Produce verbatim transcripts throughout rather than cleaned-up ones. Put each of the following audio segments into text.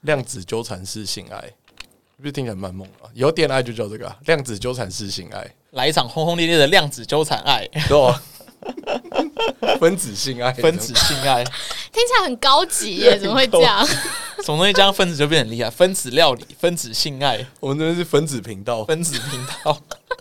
量子纠缠式性爱，不是听起来蛮猛的？以后恋爱就叫这个、啊、量子纠缠式性爱， 来一场轰轰烈烈的量子纠缠爱， 对吧？分子性爱， 分子性爱， 听起来很高级耶，怎么会这样？ 什么东西这样分子就变得很厉害？分子料理，分子性爱， 我们这边是分子频道， 分子频道。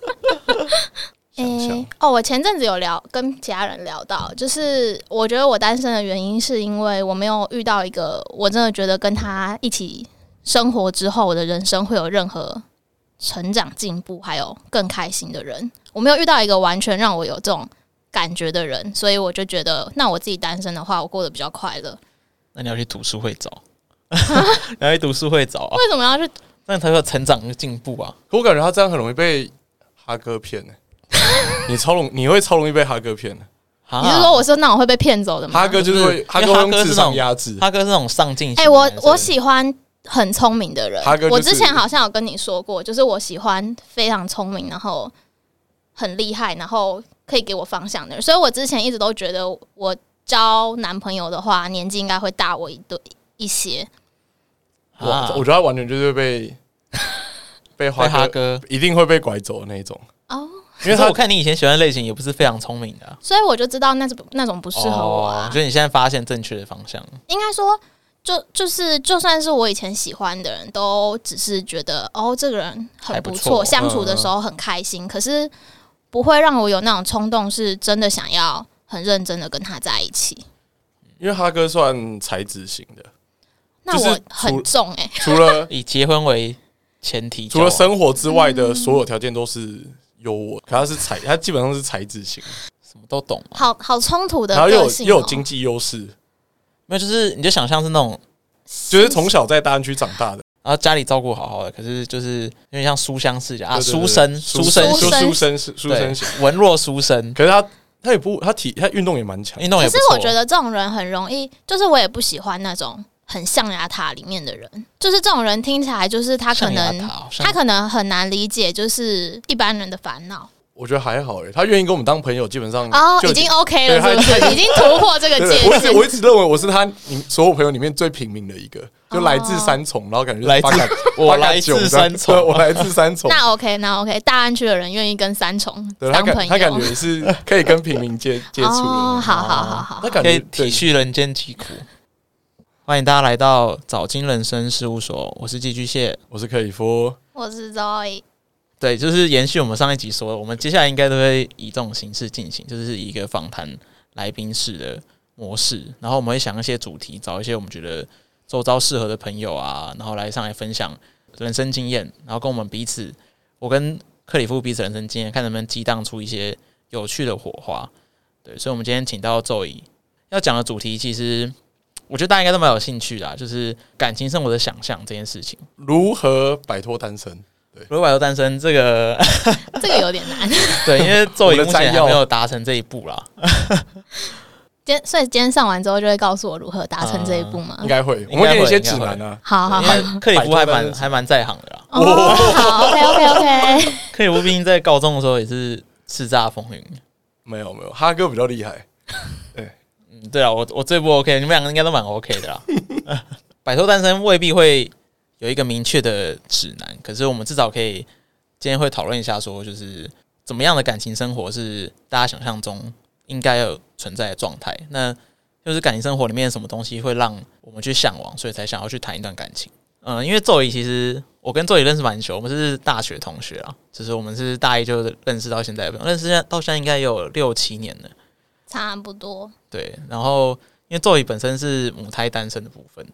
欸、哦，我前阵子有聊跟其他人聊到，就是我觉得我单身的原因是因为我没有遇到一个我真的觉得跟他一起生活之后，我的人生会有任何成长进步，还有更开心的人。我没有遇到一个完全让我有这种感觉的人，所以我就觉得，那我自己单身的话，我过得比较快乐。 那你要去读书会找，你要去读书会找啊？ 为什么要去？ 那才会有成长跟进步啊！ 可我感觉他这样很容易被哈哥骗呢、欸。你超容，你会超容易被哈哥骗的。 你是说我是那种会被骗走的吗？ 哈哥就是会，哈哥用智商压制。 哈哥是那种上进心。 哎、欸，我我喜欢很聪明的人。 哈哥、就是， 我之前好像有跟你说过，就是我喜欢非常聪明，然后很厉害，然后可以给我方向的人。所以我之前一直都觉得，我交男朋友的话，年纪应该会大我一对一些。 啊、我觉得他完全就是被被哈 哥, 哈哥一定会被拐走的那一种哦。 因为他我看你以前喜欢的类型也不是非常聪明的、啊， 所以我就知道那种那种不适合我啊。 所以、哦、你现在发现正确的方向， 应该说就就是就算是我以前喜欢的人都只是觉得哦这个人很不错，相处的时候很开心、嗯，可是不会让我有那种冲动，是真的想要很认真的跟他在一起。 因为哈哥算才子型的， 那我很重哎、欸， 除了以结婚为前提， 除了生活之外的所有条件都是。有我，可他是才，他基本上是才子型， 什么都懂、啊， 好好冲突的个性、喔，然后又有又有经济优势， 没有就是你就想象是那种， 就是从小在大安区长大的， 然后家里照顾好好的，可是就是有点像书香世家啊，书生书生书书生书生型， 文弱书生， 可是他他也不他体他运动也蛮强， 运动也不错。 可是我觉得这种人很容易，就是我也不喜欢那种。很象牙塔里面的人，就是这种人听起来就是他可能他可能很难理解，就是一般人的烦恼。 我觉得还好诶、欸，他愿意跟我们当朋友，基本上哦已经 OK 了，是不是？已经突破这个界限。 我一直我一直认为我是他所有朋友里面最平民的一个，就来自三重，然后感觉来自我来自三重， 我来自三重。 那 OK， 那 OK， 大安区的人愿意跟三重当朋友， 他感觉是可以跟平民接接触的。 哦，好好好好， 他感觉可以体恤人间疾苦。欢迎大家来到早金人生事务所，我是寄居蟹， 我是克里夫， 我是 Zoe。 对，就是延续我们上一集说的，我们接下来应该都会以这种形式进行，就是以一个访谈来宾式的模式，然后我们会想一些主题，找一些我们觉得周遭适合的朋友啊，然后来上来分享人生经验，然后跟我们彼此，我跟克里夫彼此人生经验，看能不能激荡出一些有趣的火花。对，所以我们今天请到Zoe要讲的主题，其实我觉得大家应该都蛮有兴趣的、啊，就是感情生活的想象这件事情， 如何摆脱单身？对， 如何摆脱单身，这个这个有点难。 对，因为Zoe目前还没有达成这一步啦。 今天所以今天上完之后就会告诉我如何达成这一步吗？ 应该会，我们给你一些指南啊。 好好好， 克里夫还蛮还蛮在行的啦。 哦，好 ，OK OK OK。 克里夫毕竟在高中的时候也是叱咤风云。 没有没有，哈哥比较厉害。对， 嗯，对啊，我我最不 OK， 你们两个应该都蛮 OK 的啦。摆脱单身未必会有一个明确的指南，可是我们至少可以今天会讨论一下，说就是怎么样的感情生活是大家想象中应该有存在的状态。那就是感情生活里面什么东西会让我们去向往，所以才想要去谈一段感情。嗯，因为Zoe其实我跟Zoe认识蛮久，我们是大学同学啊，就是我们是大一就认识到现在，认识到现在应该有六七年了， 差不多。 对，然后因为Zoe本身是母胎单身的部分，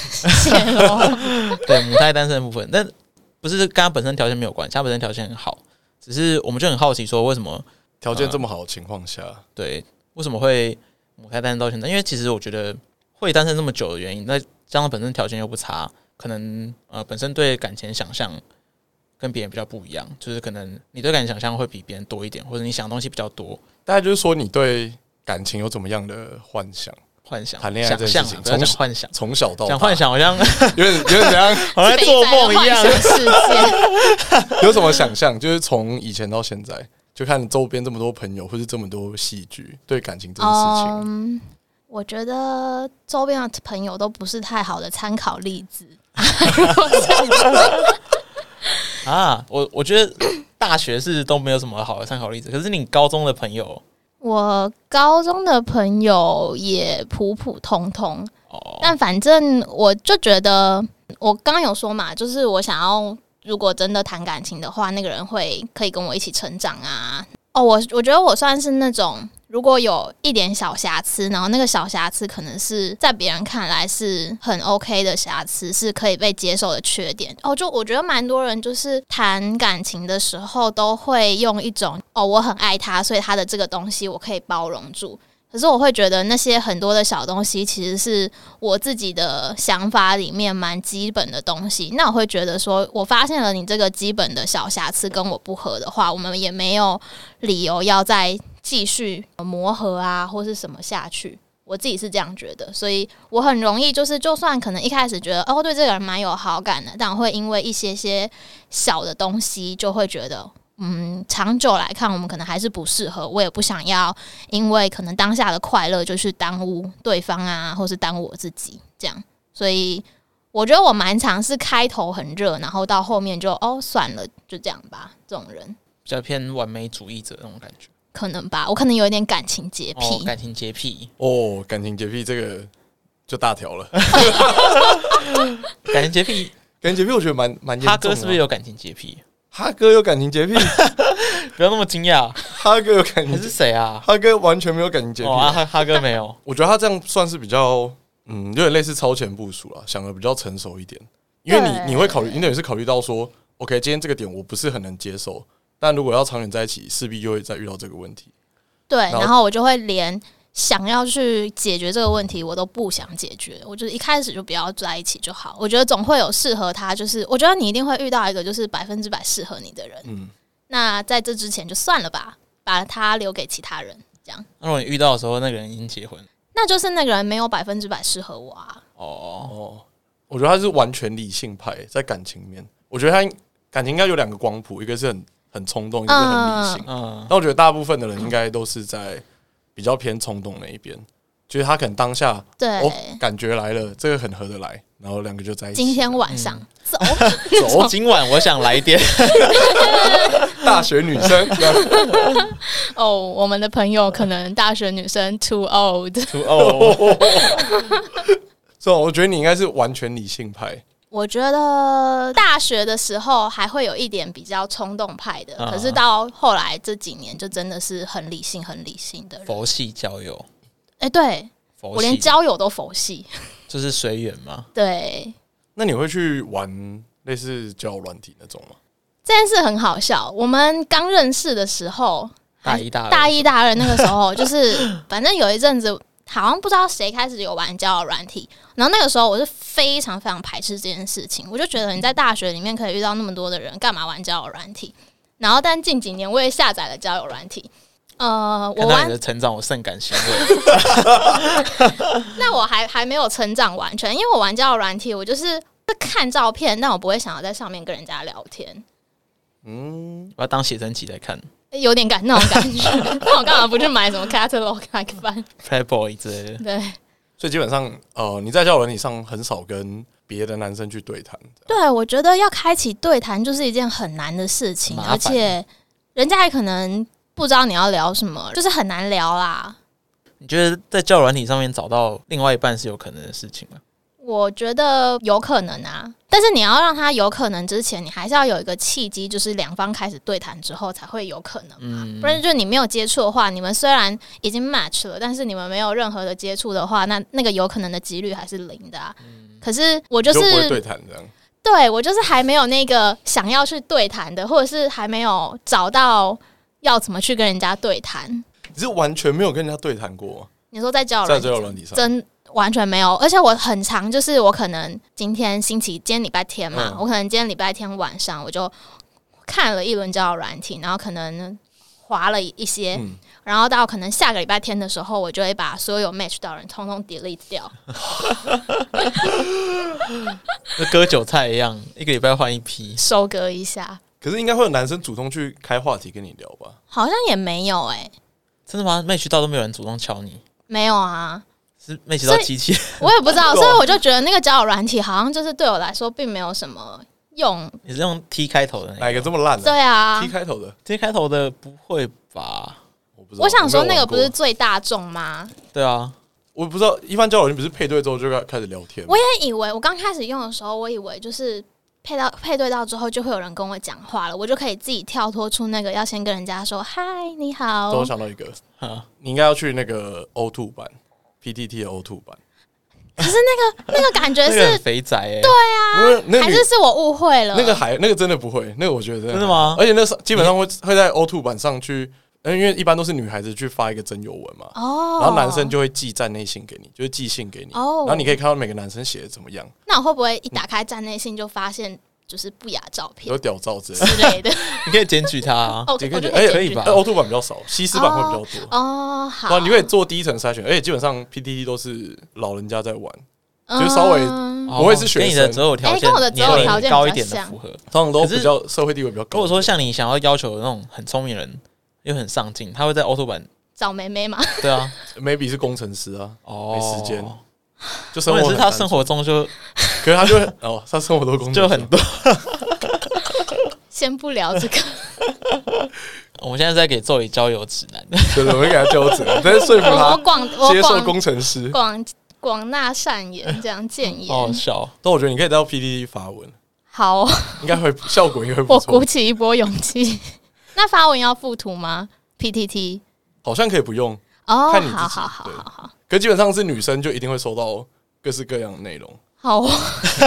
对，母胎单身的部分，但不是跟他本身条件没有关系，他本身条件很好，只是我们就很好奇说为什么条件这么好的情况下、呃， 对，为什么会母胎单身到现在？因为其实我觉得会单身这么久的原因，那加上本身条件又不差。可能呃本身对感情想象跟别人比较不一样，就是可能你对感情想象会比别人多一点，或者你想的东西比较多。 大概就是说你对感情有怎么样的幻想？ 幻想、 谈恋爱这件事情， 从幻想， 从小到大讲幻想好像有点有点怎样， 好像在做梦一样。 有什么想象？就是从以前到现在，就看周边这么多朋友，或是这么多戏剧，对感情这件事情。 Um 我觉得周边的朋友都不是太好的参考例子。 啊，我我觉得大学是都没有什么好的参考例子，可是你高中的朋友， 我高中的朋友也普普通通， 哦， 但反正我就觉得，我刚刚有说嘛，就是我想要，如果真的谈感情的话，那个人会可以跟我一起成长啊。哦，我我觉得我算是那种，如果有一点小瑕疵，然后那个小瑕疵可能是在别人看来是很 OK 的瑕疵，是可以被接受的缺点。哦，就我觉得蛮多人就是谈感情的时候都会用一种哦，我很爱他，所以他的这个东西我可以包容住。可是我会觉得那些很多的小东西其实是我自己的想法里面蛮基本的东西，那我会觉得说我发现了你这个基本的小瑕疵跟我不合的话，我们也没有理由要再继续磨合啊或是什么下去，我自己是这样觉得。所以我很容易就是就算可能一开始觉得哦对这个人蛮有好感的，但我会因为一些些小的东西就会觉得嗯，长久来看，我们可能还是不适合。我也不想要因为可能当下的快乐就去耽误对方啊，或是耽误我自己这样。所以我觉得我蛮常是开头很热，然后到后面就哦算了，就这样吧。这种人比较偏完美主义者那种感觉， 可能吧。我可能有一点感情洁癖， 哦、感情洁癖哦，感情洁癖这个就大条了。 感情洁癖， 感情洁癖我觉得蛮蛮严重的。 哈哥是不是有感情洁癖？ 哈哥有感情洁癖？ 不要那么惊讶。 哈哥有感情， 你是谁啊？ 哈哥完全没有感情洁癖。 哦啊，哈哈哥没有。 我觉得他这样算是比较，嗯，有点类似超前部署啦，想的比较成熟一点。因为你你会考虑，你等于是考虑到说 ，OK， 今天这个点我不是很能接受，但如果要长远在一起，势必就会再遇到这个问题。 对，然后我就会连想要去解决这个问题，我都不想解决。我就是一开始就不要在一起就好。我觉得总会有适合他，就是我觉得你一定会遇到一个就是百分之百适合你的人。嗯，那在这之前就算了吧，把他留给其他人。这样， 那如果你遇到的时候，那个人已经结婚了， 那就是那个人没有百分之百适合我啊。 哦哦， 我觉得他是完全理性派，在感情面，我觉得他感情应该有两个光谱，一个是很很冲动，一个是很理性。嗯，那我觉得大部分的人应该都是在比较偏冲动那一边，就是他可能当下对、 哦、感觉来了，这个很合得来，然后两个就在一起。 今天晚上、嗯、走走，今晚我想来点大学女生。 哦，我们的朋友可能大学女生 too old too old。 所以我觉得你应该是完全理性派。 我觉得大学的时候还会有一点比较冲动派的、嗯，可是到后来这几年就真的是很理性、很理性的人。 佛系交友， 哎、欸，对，我连交友都佛系， 就是随缘嘛。 对。 那你会去玩类似交友软体那种吗？ 这件事很好笑。我们刚认识的时候， 大一、大二、 大一、大二那个时候，就是反正有一阵子。好像不知道谁开始有玩交友软体，然后那个时候我是非常非常排斥这件事情，我就觉得你在大学里面可以遇到那么多的人，干嘛玩交友软体？然后但近几年我也下载了交友软体，呃，我玩看到你的成长，我甚感欣慰。 那我还还没有成长完全，因为我玩交友软体，我就是看照片，但我不会想要在上面跟人家聊天。 嗯，我要当写真集来看。 有点感那种感觉，那我干嘛不去买什么 catalog 来翻 Playboy 之类的？ 对， 所以基本上，呃，你在交友软体上很少跟别的男生去对谈。 对，我觉得要开启对谈就是一件很难的事情，而且人家也可能不知道你要聊什么，就是很难聊啦。 你觉得在交友软体上面找到另外一半是有可能的事情吗？ 我觉得有可能啊，但是你要让他有可能之前，你还是要有一个契机，就是两方开始对谈之后才会有可能嘛。嗯、不然就是你没有接触的话，你们虽然已经 match 了，但是你们没有任何的接触的话，那那个有可能的几率还是零的啊。嗯、可是我就是就不会对谈这样， 对我就是还没有那个想要去对谈的，或者是还没有找到要怎么去跟人家对谈。 你是完全没有跟人家对谈过？ 你说在交友软体上， 真。完全没有，而且我很常就是我可能今天星期今天礼拜天嘛、嗯，我可能今天礼拜天晚上我就看了一轮交友软体，然后可能滑了一些、嗯，然后到可能下个礼拜天的时候，我就会把所有 match 到的人通通 delete 掉。 跟割韭菜一样，一个礼拜换一批， 收割一下。 可是应该会有男生主动去开话题跟你聊吧？ 好像也没有哎、欸， 真的吗 ？match 到都没有人主动敲你？ 没有啊。 是没起到机器， 我也不知道，所以我就觉得那个交友软体好像就是对我来说并没有什么用。 你是用 T 开头的那个？ 哪一个这么烂、啊？ 对啊 ，T 开头的 ，T 开头的不会吧？ 我不知道。 我想说那个不是最大众吗？ 对啊， 我不知道，一般交友软件不是配对之后就开始聊天吗？ 我也以为，我刚开始用的时候，我以为就是配到配对到之后，就会有人跟我讲话了，我就可以自己跳脱出那个要先跟人家说嗨你好。 我想到一个，你应该要去那个 O 二 版 P T T 的 O 二 版。 可是那个那个感觉是很肥宅哎、欸， 对啊，那个、还是是我误会了？ 那个还那个真的不会，那个我觉得真的, 真的吗？ 而且那基本上会会在 O 二 版上去。因为一般都是女孩子去发一个真友文嘛，哦，然后男生就会寄站内信给你，就是寄信给你，哦，然后你可以看到每个男生写的怎么样。 那我会不会一打开站内信就发现就是不雅照片， 有屌照之类的？ 你可以检举他、啊， 哦， 可以， 而且可以吧 ？O 二 版比较少，西施版会比较多。 哦，好， 你可以做第一层筛选，而且基本上 P T T 都是老人家在玩，嗯、就是稍微不会是学生， 跟你的择偶条件、 欸、跟我的择偶条件高一点的符合， 通常都比较社会地位比较高。 如果说像你想要要求的那种很聪明人。又很上进，他会在 O 二 版找妹妹吗？ 对啊 ，maybe 是工程师啊，哦，没时间，就生活是他生活中就， 可是他就哦，他生活多工作就很多。 先不聊这个， 我们现在在给Zoe交友指南， 对，我们给他交友指南，但是说服他我广接受工程师， 广广纳善言，这样谏言， 好笑。 但我觉得你可以到 P T T 发文， 好、哦， 应该会效果应该会不错。 我鼓起一波勇气。那发文要附图吗 ？P T T 好像可以不用哦， 看你自己。 好好好好好。 可基本上是女生就一定会收到各式各样的内容。 好、哦。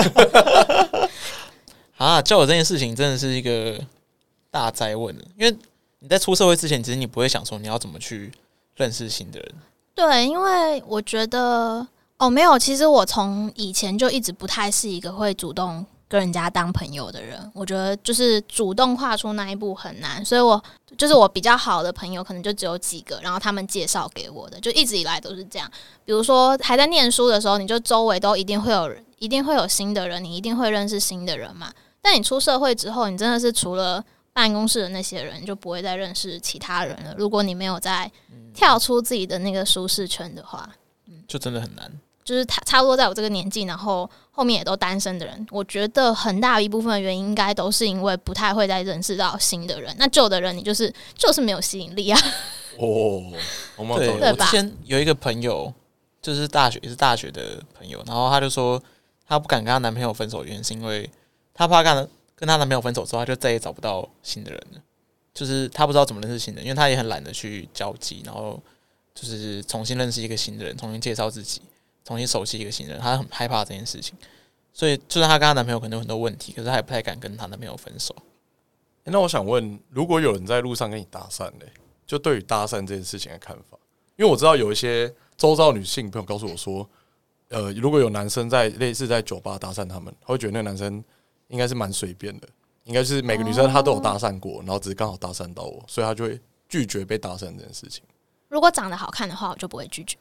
啊，交友这件事情真的是一个大哉问了，因为你在出社会之前，其实你不会想说你要怎么去认识新的人。 对，因为我觉得哦，没有，其实我从以前就一直不太是一个会主动跟人家当朋友的人，我觉得就是主动跨出那一步很难，所以我就是我比较好的朋友可能就只有几个，然后他们介绍给我的，就一直以来都是这样。比如说还在念书的时候，你就周围都一定会有人，一定会有新的人，你一定会认识新的人嘛。但你出社会之后，你真的是除了办公室的那些人，就不会再认识其他人了。如果你没有再跳出自己的那个舒适圈的话， 就真的很难。 就是他差不多在我这个年纪，然后后面也都单身的人，我觉得很大一部分的原因应该都是因为不太会再认识到新的人。那旧的人，你就是就是没有吸引力啊。 哦， 对，我之前有一个朋友，就是大学也是大学的朋友，然后他就说他不敢跟他男朋友分手，原因是因为他怕跟跟他男朋友分手之后，他就再也找不到新的人了。就是他不知道怎么认识新的人，因为他也很懒得去交际，然后就是重新认识一个新的人，重新介绍自己。重新熟悉一个新人，她很害怕这件事情，所以就算她跟她男朋友可能有很多问题，可是她也不太敢跟她男朋友分手。 欸、那我想问，如果有人在路上跟你搭讪嘞，就对于搭讪这件事情的看法，因为我知道有一些周遭女性朋友告诉我说，呃，如果有男生在类似在酒吧搭讪他们，他会觉得那个男生应该是蛮随便的，应该是每个女生她都有搭讪过，然后只是刚好搭讪到我，所以他就会拒绝被搭讪这件事情。 如果长得好看的话，我就不会拒绝。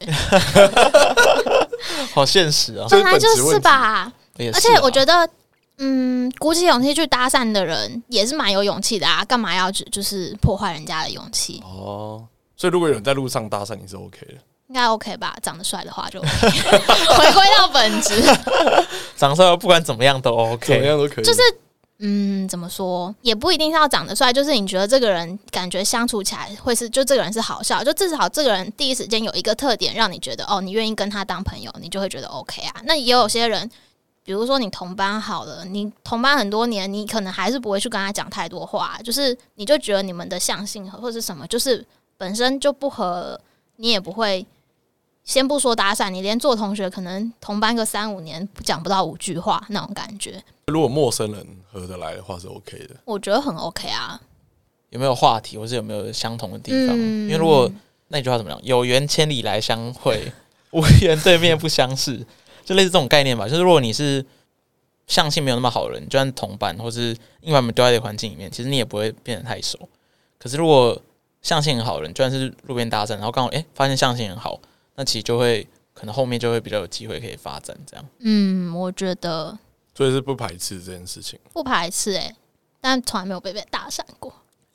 好现实啊！ 本来就是吧。 是啊、 而且我觉得，嗯，鼓起勇气去搭讪的人也是蛮有勇气的啊，干嘛要就是破坏人家的勇气？ 哦，所以如果有人在路上搭讪，你是 OK 的， 应该 OK 吧？长得帅的话就 OK， 回归到本质。 长得帅不管怎么样都 OK， 怎么样都可以。 就是嗯，怎么说也不一定是要长得帅，就是你觉得这个人感觉相处起来会是，就这个人是好笑，就至少这个人第一时间有一个特点让你觉得哦，你愿意跟他当朋友，你就会觉得 OK 啊。那也有些人，比如说你同班好了，你同班很多年，你可能还是不会去跟他讲太多话，就是你就觉得你们的相性或是什么，就是本身就不合，你也不会。先不说搭讪，你连做同学可能同班个三五年讲不到五句话那种感觉。 如果陌生人合得来的话是 OK 的， 我觉得很 OK 啊。 有没有话题，或是有没有相同的地方？嗯、因为如果那句话怎么样，有缘千里来相会，无缘对面不相识，就类似这种概念吧。就是如果你是相性没有那么好的人，就算同班或是因为他们丢在这个环境里面，其实你也不会变得太熟。可是如果相性很好的人，就算是路边搭讪，然后刚好哎、欸、发现相性很好。那其实就会可能后面就会比较有机会可以发展这样。 嗯，我觉得， 所以是不排斥这件事情， 不排斥哎、欸，但从来没有被被搭讪过。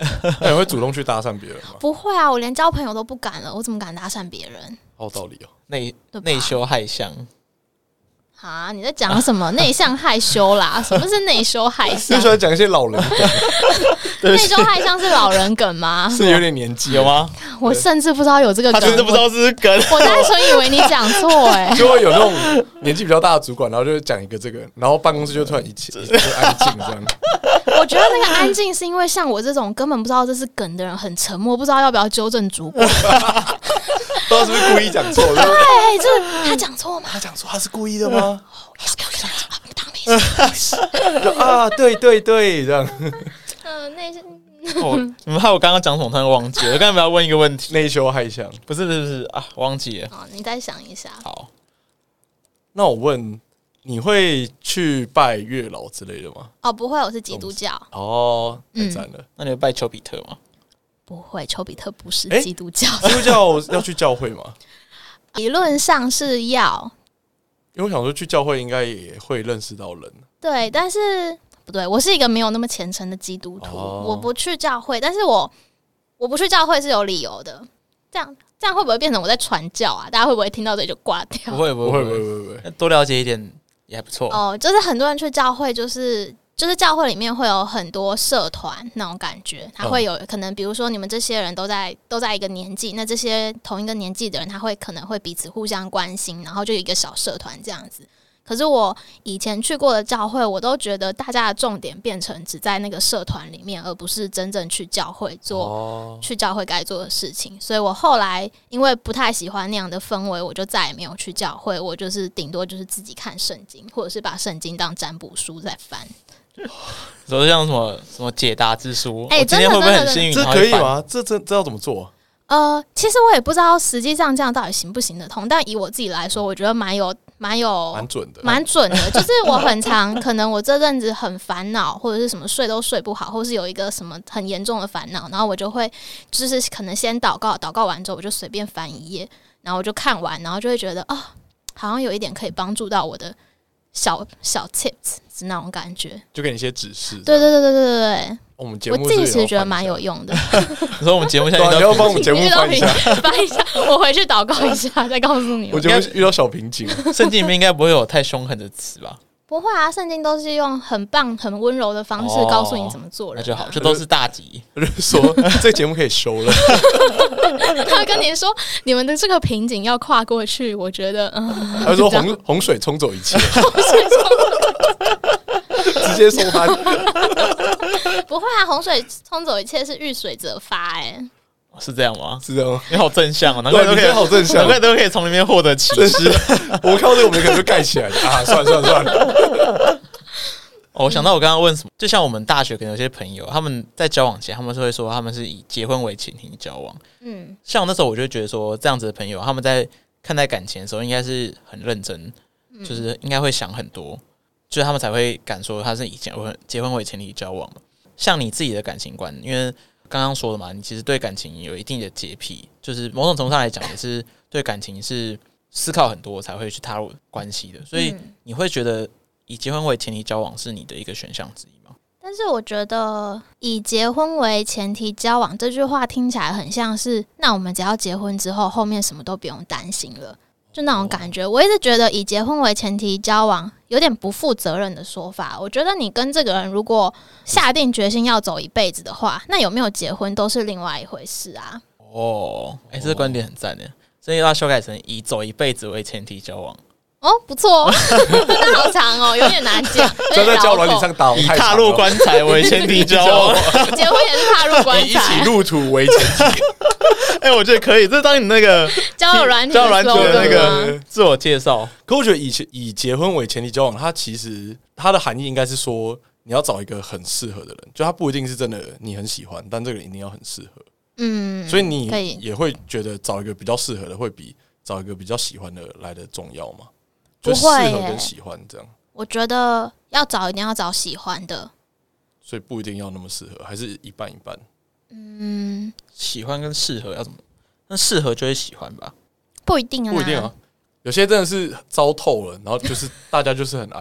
那你会主动去搭讪别人吗？ 不会啊，我连交朋友都不敢了，我怎么敢搭讪别人？ 好有道理哦， 内内羞害相。 啊！你在讲什么内向害羞啦？什么是内羞害相？ 就喜欢讲一些老人梗。 内羞害相是老人梗吗？ 是有点年纪有吗？ 我甚至不知道有这个梗， 他甚至不知道这是梗。 我单纯以为你讲错哎。 就会有那种年纪比较大的主管，然后就讲一个这个，然后办公室就突然一起就安静这样。 我觉得那个安静是因为像我这种根本不知道这是梗的人很沉默，不知道要不要纠正主管。 不知道是不是故意讲错？ 对，这他讲错吗？ 他讲错，他是故意的吗？ 当没事。 啊，对对对，这样。 嗯，那是。 哦，你们害我刚刚讲什么突然忘记了？我刚才不要问一个问题， 内羞害相， 不是不是不是啊，忘记了。 哦，你再想一下。 好， 那我问，你会去拜月老之类的吗？ 哦，不会，我是基督教。 哦，太赞了。 那你会拜丘比特吗？ 不会，丘比特不是基督教。 基督教要去教会吗？ 理论上是要， 因为我想说去教会应该也会认识到人。 对，但是不对，我是一个没有那么虔诚的基督徒，哦、我不去教会，但是我我不去教会是有理由的。这样这样会不会变成我在传教啊？大家会不会听到这里就挂掉？ 不会不会不会不会不会， 多了解一点也还不错。 哦，就是很多人去教会，就是就是教会里面会有很多社团那种感觉，他会有可能，比如说你们这些人都在都在一个年纪，那这些同一个年纪的人，他会可能会彼此互相关心，然后就有一个小社团这样子。可是我以前去过的教会，我都觉得大家的重点变成只在那个社团里面，而不是真正去教会做、哦、去教会该做的事情。所以我后来因为不太喜欢那样的氛围，我就再也没有去教会。我就是顶多就是自己看圣经，或者是把圣经当占卜书在翻。 说像什么什么解答之书， 哎、欸， 今天会不会很幸运？ 这可以吗？这这这要怎么做？ 呃，其实我也不知道实际上这样到底行不行得通，但以我自己来说，我觉得蛮有。蛮有蛮准的， 蛮准的。就是我很常，可能我这阵子很烦恼，或者是什么睡都睡不好，或是有一个什么很严重的烦恼，然后我就会就是可能先祷告，祷告完之后我就随便翻一页，然后我就看完，然后就会觉得啊、哦，好像有一点可以帮助到我的小小 tips 是那种感觉， 就给你一些指示。 对对对对对对对。 我们节目我自己其实觉得蛮有用的。 你说我们节目现在你要帮我们节目翻一下， 翻一下，我回去祷告一下，再告诉你。 我节目遇到小瓶颈， 圣经里面应该不会有太凶狠的词吧？ 不会啊，圣经都是用很棒、很温柔的方式告诉你怎么做人、啊哦。那就好，这都是大吉。 我就说这节目可以收了。 他跟你说，你们的这个瓶颈要跨过去，我觉得，嗯。 他说洪洪水冲走一切。洪水冲直接收摊。 不会啊，洪水冲走一切是遇水则发、欸，哎， 是这样吗？ 是这样吗？ 你好正向哦，难怪都可以好正向， 难怪都可以从里面获得启示。 我看到这个，我们可能就盖起来了啊！算了算了算了。 哦，我想到我刚刚问什么，就像我们大学可能有些朋友，他们在交往前，他们是会说他们是以结婚为前提交往。嗯，像我那时候我就觉得说，这样子的朋友，他们在看待感情的时候，应该是很认真，就是应该会想很多。就是他们才会敢说他是以结婚结婚为前提交往嘛。像你自己的感情观，因为刚刚说的嘛，你其实对感情有一定的洁癖，就是某种程度上来讲，也是对感情是思考很多才会去踏入关系的。所以你会觉得以结婚为前提交往是你的一个选项之一吗？ 但是我觉得以结婚为前提交往这句话听起来很像是，那我们只要结婚之后，后面什么都不用担心了。就那种感觉，我一直觉得以结婚为前提交往有点不负责任的说法。我觉得你跟这个人如果下定决心要走一辈子的话，那有没有结婚都是另外一回事啊。 哦，哎、欸，这个观点很赞耶，所以要修改成以走一辈子为前提交往。 哦，不错、哦，那好长哦，有点难讲。 就在交友软体上打， 以踏入棺材为前提交往， 结婚也是踏入棺材， 以一起入土为前提。 哎、欸，我觉得可以，这是当你那个交友软体交友软体的那个自我介绍。 可我觉得以以结婚为前提交往，它其实它的含义应该是说，你要找一个很适合的人，就他不一定是真的你很喜欢，但这个人一定要很适合。嗯，所以你也会觉得找一个比较适合的，会比找一个比较喜欢的来的重要吗？就适合跟喜欢这样。 我觉得要找一定要找喜欢的， 所以不一定要那么适合，还是一半一半。 嗯，喜欢跟适合要怎么？那适合就会喜欢吧？ 不一定啊， 不一定啊。有些真的是糟透了，然后就是大家就是很爱啊，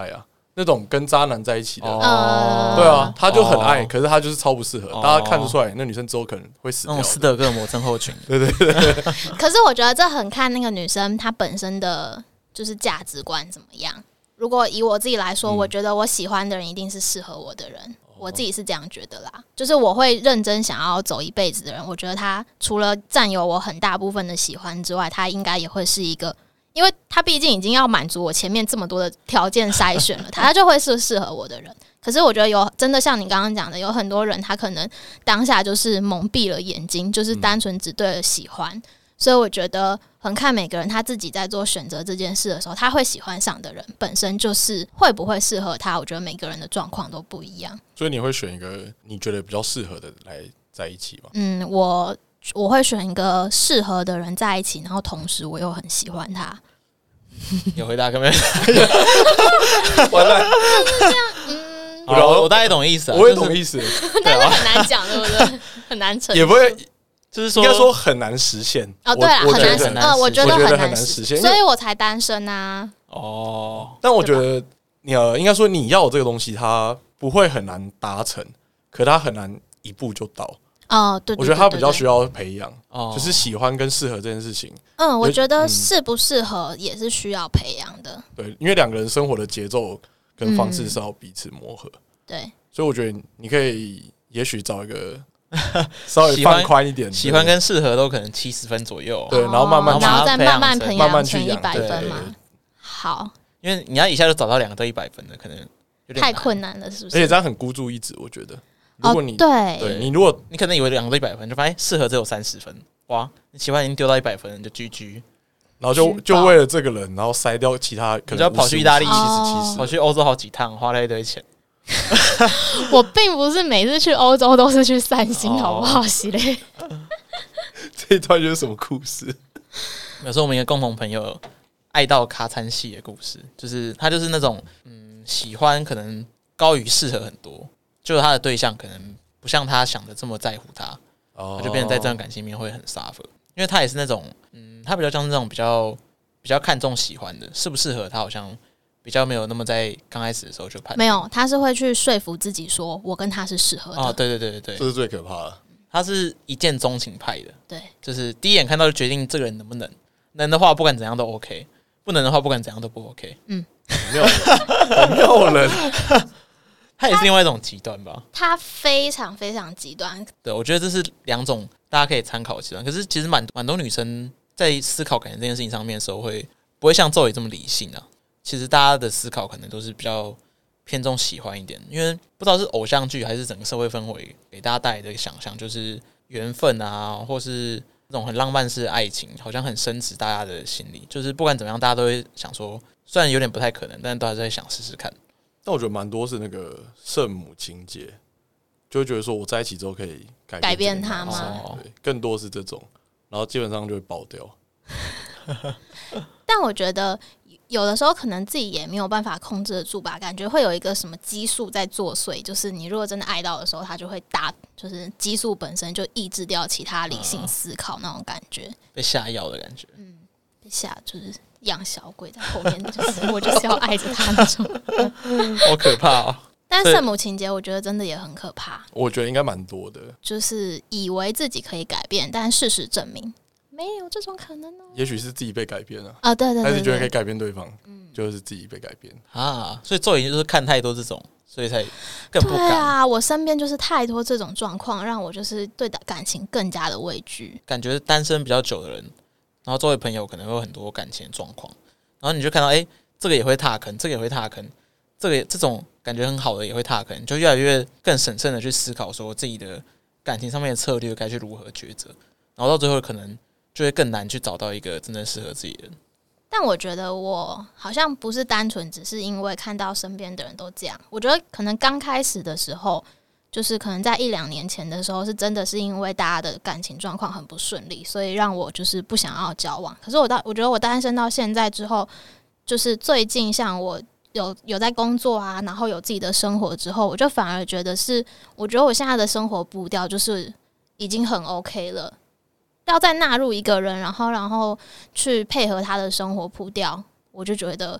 那种跟渣男在一起的， 哦、 对啊，他就很爱，哦、可是他就是超不适合， 哦、 大家看得出来，那女生之后可能会死掉。 那种斯德哥尔摩症候群， 对对对对。 可是我觉得这很看那个女生她本身的就是价值观怎么样。如果以我自己来说，嗯、我觉得我喜欢的人一定是适合我的人，哦、我自己是这样觉得啦。就是我会认真想要走一辈子的人，我觉得他除了占有我很大部分的喜欢之外，他应该也会是一个。因为他毕竟已经要满足我前面这么多的条件筛选了，他就会是适合我的人。可是我觉得有真的像你刚刚讲的，有很多人他可能当下就是蒙蔽了眼睛，就是单纯只对了喜欢。嗯、所以我觉得很看每个人他自己在做选择这件事的时候，他会喜欢上的人本身就是会不会适合他。我觉得每个人的状况都不一样。 所以你会选一个你觉得比较适合的来在一起吗？ 嗯，我。我会选一个适合的人在一起，然后同时我又很喜欢他。 有回答可没有？ 完了， 这样，嗯， 我我大概懂意思、啊， 我也懂意思， 但是很难讲，对不对？很难成， 也不会， 就是说， 应该说很难实现。 哦，对了，很难实现，呃，我觉得很难实现， 所以我才单身啊。 哦， 但我觉得你呃，应该说你要这个东西，它不会很难达成，可它很难一步就到。 哦，对， 我觉得他比较需要培养， 哦， 就是喜欢跟适合这件事情。 嗯，我觉得适不适合也是需要培养的。 对，因为两个人生活的节奏跟方式是要彼此磨合。 嗯、对， 所以我觉得你可以，也许找一个稍微放宽一点， 喜欢跟适合都可能七十分左右。 对，然后慢慢， 然后再慢慢培养成一百分嘛。好， 因为你要一下就找到两个都一百分的，可能有点太困难了，是不是？ 而且这样很孤注一掷，我觉得。如果你、 哦、对, 对你如果你可能以为两个都一百分，就发现适合只有三十分，哇！你喜欢已经丢到一百分，你就 G G， 然后就就为了这个人，然后筛掉其他，可能就要跑去意大利， 七十七十， 跑去欧洲好几趟，花了一堆钱。 我并不是每次去欧洲都是去散心，好不好？系列这一段就是什么故事？ 有时候我们一个共同朋友爱到卡餐系的故事，就是他就是那种嗯喜欢可能高于适合很多。就是他的对象可能不像他想的这么在乎他，他、oh. 就变成在这段感情里面会很 suffer， 因为他也是那种，嗯，他比较像是那种比较比较看重喜欢的，适不适合他好像比较没有那么在刚开始的时候就判断。 没有，他是会去说服自己说，我跟他是适合的。 哦，对对对对对， 这是最可怕的。 他是一见钟情派的， 对， 就是第一眼看到就决定这个人能不能，能的话不管怎样都 OK， 不能的话不管怎样都不 OK。 嗯， 没有人，没有人。 他也是另外一种极端吧， 他非常非常极端。 对，我觉得这是两种大家可以参考的极端。可是其实蛮蛮多女生在思考感情这件事情上面的时候，会不会像周也这么理性啊？其实大家的思考可能都是比较偏重喜欢一点，因为不知道是偶像剧还是整个社会氛围给大家带来的想象，就是缘分啊，或是那种很浪漫式的爱情，好像很深植大家的心里。就是不管怎么样，大家都会想说，虽然有点不太可能，但都还是会想试试看。 但我觉得蛮多是那个圣母情节，就会觉得说我在一起之后可以改变改变他吗？ 对，更多是这种，然后基本上就会爆掉。 但我觉得有的时候可能自己也没有办法控制得住吧，感觉会有一个什么激素在作祟，就是你如果真的爱到的时候，它就会大，就是激素本身就抑制掉其他理性思考那种感觉， 被下药的感觉。 嗯，被下就是。养小鬼在后面，就是我就是要爱着他那种， 好可怕哦！ 但圣母情节，我觉得真的也很可怕。 我觉得应该蛮多的， 就是以为自己可以改变，但事实证明没有这种可能哦。 也许是自己被改变了啊，对 对, 对, 对， 还是觉得可以改变对方，嗯，就是自己被改变啊。所以周颖就是看太多这种，所以才更不敢。 对啊，我身边就是太多这种状况，让我就是对感情更加的畏惧。 感觉单身比较久的人。然后周围朋友可能会有很多感情的状况，然后你就看到，哎、欸，这个也会踏坑，这个也会踏坑，这个这种感觉很好的也会踏坑，就越来越更审慎的去思考，说自己的感情上面的策略该去如何抉择，然后到最后可能就会更难去找到一个真正适合自己的人。 但我觉得我好像不是单纯只是因为看到身边的人都这样，我觉得可能刚开始的时候。就是可能在一两年前的时候，是真的是因为大家的感情状况很不顺利，所以让我就是不想要交往。可是我到我觉得我单身到现在之后，就是最近像我有有在工作啊，然后有自己的生活之后，我就反而觉得是，我觉得我现在的生活步调就是已经很 OK 了。要再纳入一个人，然后然后去配合他的生活步调，我就觉得。比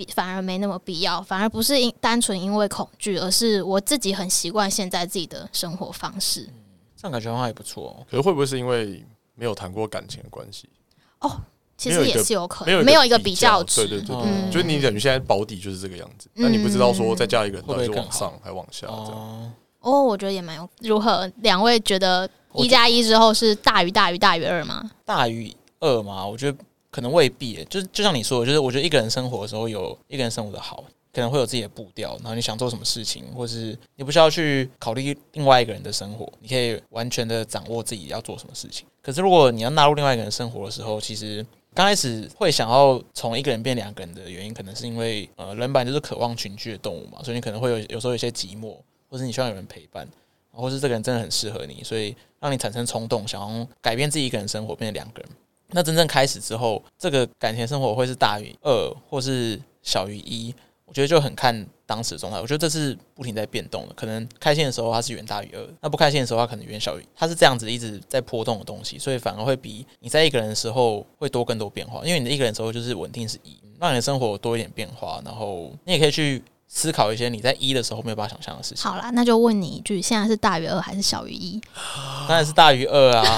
反而没那么必要，反而不是因单纯因为恐惧，而是我自己很习惯现在自己的生活方式。嗯、 这样感觉的话也不错、哦。 可是会不会是因为没有谈过感情的关系？ 哦，其实也是有可能， 没有没有一个比较值。 对对对对， 嗯、 就是你等于现在保底就是这个样子，但、嗯、你不知道说再加一个人到底是往上还往下这样。 哦，哦我觉得也蛮有。如何？两位觉得一加一之后是大于大于大于二吗？ 大于二吗？我觉得可能未必。就就像你说的，就是我觉得一个人生活的时候有一个人生活的好。可能会有自己的步调，然后你想做什么事情，或是你不需要去考虑另外一个人的生活，你可以完全的掌握自己要做什么事情。可是如果你要纳入另外一个人生活的时候，其实刚开始会想要从一个人变两个人的原因，可能是因为呃人本来就是渴望群居的动物嘛，所以你可能会有有时候有些寂寞，或是你需要有人陪伴，或是这个人真的很适合你，所以让你产生冲动，想要改变自己一个人生活变成两个人。那真正开始之后，这个感情生活会是大于二，或是小于一。我觉得就很看当时的状态，我觉得这是不停在变动的。可能开心的时候它是远大于二，那不开心的时候它可能远小于，它是这样子一直在波动的东西，所以反而会比你在一个人的时候会多更多变化。因为你的一个人的时候就是稳定是一，让你的生活多一点变化，然后你也可以去思考一些你在一的时候没有办法想象的事情。 好啦，那就问你一句，现在是大于二还是小于一？ 当然是大于二啊！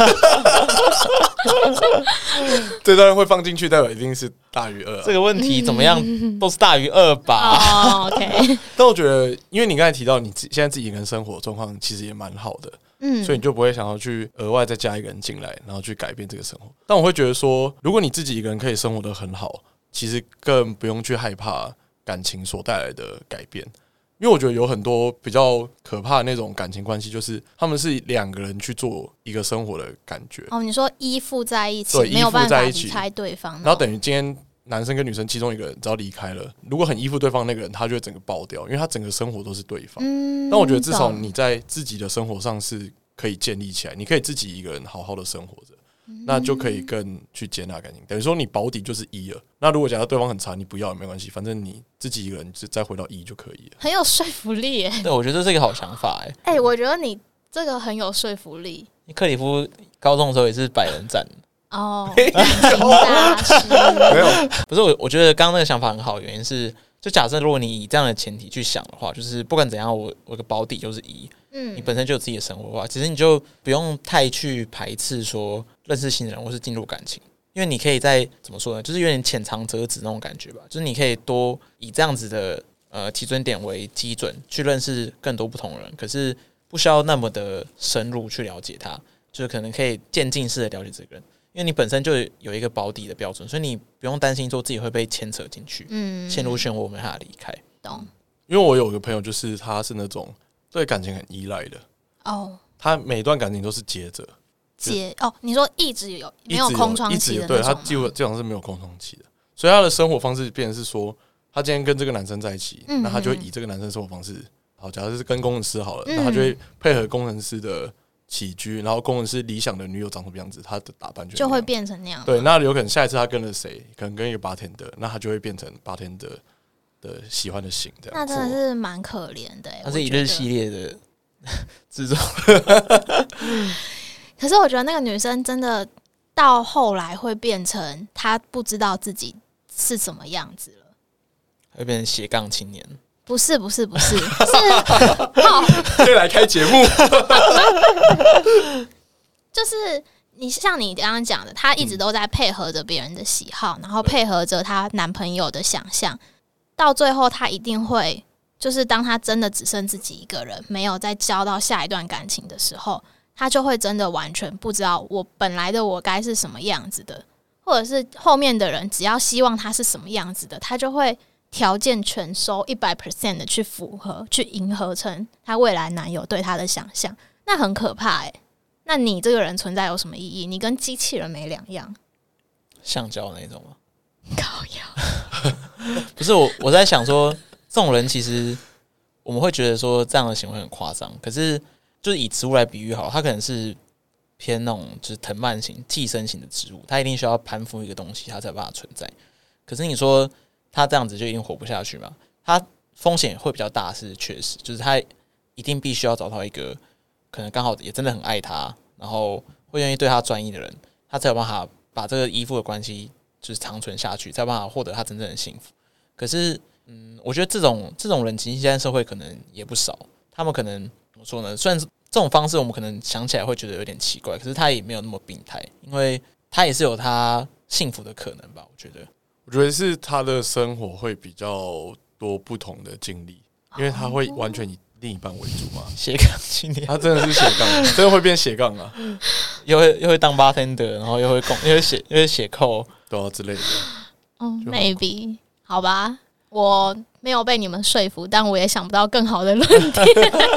这段会放进去，代表一定是大于二、啊。 这个问题怎么样都是大于二吧？ 哦 ，OK。 但我觉得，因为你刚才提到你现在自己一个人生活状况其实也蛮好的，嗯，所以你就不会想要去额外再加一个人进来，然后去改变这个生活。但我会觉得说，如果你自己一个人可以生活得很好，其实更不用去害怕感情所带来的改变。因为我觉得有很多比较可怕的那种感情关系，就是他们是两个人去做一个生活的感觉。 哦，你说依附在一起， 对， 没有办法离开开对方， 然后等于今天男生跟女生其中一个人只要离开了，如果很依附对方那个人，他就会整个爆掉，因为他整个生活都是对方。嗯，但我觉得至少你在自己的生活上是可以建立起来，你可以自己一个人好好的生活着。那就可以更去接纳感情，等于说你保底就是一了。那如果假如对方很差，你不要也没关系，反正你自己一个人再回到一就可以了。 很有说服力耶！ 对，我觉得这是一个好想法哎。 哎、欸，我觉得你这个很有说服力。 克里夫高中的时候也是百人斩哦，感情大师没有， 不是我，我觉得刚刚那个想法很好的原因是，就假设如果你以这样的前提去想的话，就是不管怎样，我我的保底就是一。嗯，你本身就有自己的生活的话，其实你就不用太去排斥说认识新人或是进入感情，因为你可以在怎么说呢，就是有点浅尝辄止那种感觉吧。就是你可以多以这样子的呃起准点为基准去认识更多不同的人，可是不需要那么的深入去了解他，就是可能可以渐进式的了解这个人，因为你本身就有一个保底的标准，所以你不用担心说自己会被牵扯进去，嗯，陷入漩涡没办法离开。 懂？ 因为我有个朋友，就是他是那种对感情很依赖的哦，他每段感情都是接着接哦。你说一直有没有空窗期的那种吗？ 对，他基本基本上是没有空窗期的，所以他的生活方式变成是说，他今天跟这个男生在一起，那、嗯、他就会以这个男生生活方式，好，假如是跟工程师好了，那、嗯、他就会配合工程师的起居，然后工程师理想的女友长什么样子，他的打扮 就, 就会变成那样。 对，那有可能下一次他跟了谁，可能跟一个 bartender， 那他就会变成 bartender的喜欢的型，这样。 那真的是蛮可怜的耶。 他是一日系列的制作。 可是我觉得那个女生真的到后来会变成她不知道自己是什么样子了， 会变成斜杠青年。 不是不是不是是好可以来开节目。 就是你像你刚刚讲的，她一直都在配合着别人的喜好，然后配合着她男朋友的想象，到最后她一定会，就是当她真的只剩自己一个人，没有再交到下一段感情的时候，她就会真的完全不知道我本来的我该是什么样子的，或者是后面的人只要希望她是什么样子的，她就会条件全收一百 percent 的去符合，去迎合成她未来男友对她的想象，那很可怕欸。那你这个人存在有什么意义？你跟机器人没两样， 橡胶那种吗？ 靠腰。 不是我，我在想说，这种人其实我们会觉得说这样的行为很夸张，可是就是以植物来比喻好了，它可能是偏那种就是藤蔓型、寄生型的植物，它一定需要攀附一个东西，它才有办法存在。可是你说它这样子就一定活不下去嘛？它风险会比较大，是确实，就是它一定必须要找到一个可能刚好也真的很爱他，然后会愿意对他专一的人，他才有办法把这个依附的关系就是长存下去，才有办法获得他真正的幸福。 可是，嗯，我觉得这种这种人其实现在社会可能也不少。他们可能怎么说呢？虽然这种方式我们可能想起来会觉得有点奇怪，可是他也没有那么病态，因为他也是有他幸福的可能吧。我觉得， 我觉得是他的生活会比较多不同的经历，因为他会完全以另一半为主嘛。 斜杠青年， 他真的是斜杠，真的会变斜杠啊！ 又会又会当 bartender， 然后又会供，又会写又会写扣， 对啊之类的。 嗯 ，maybe 好吧，我没有被你们说服，但我也想不到更好的论点。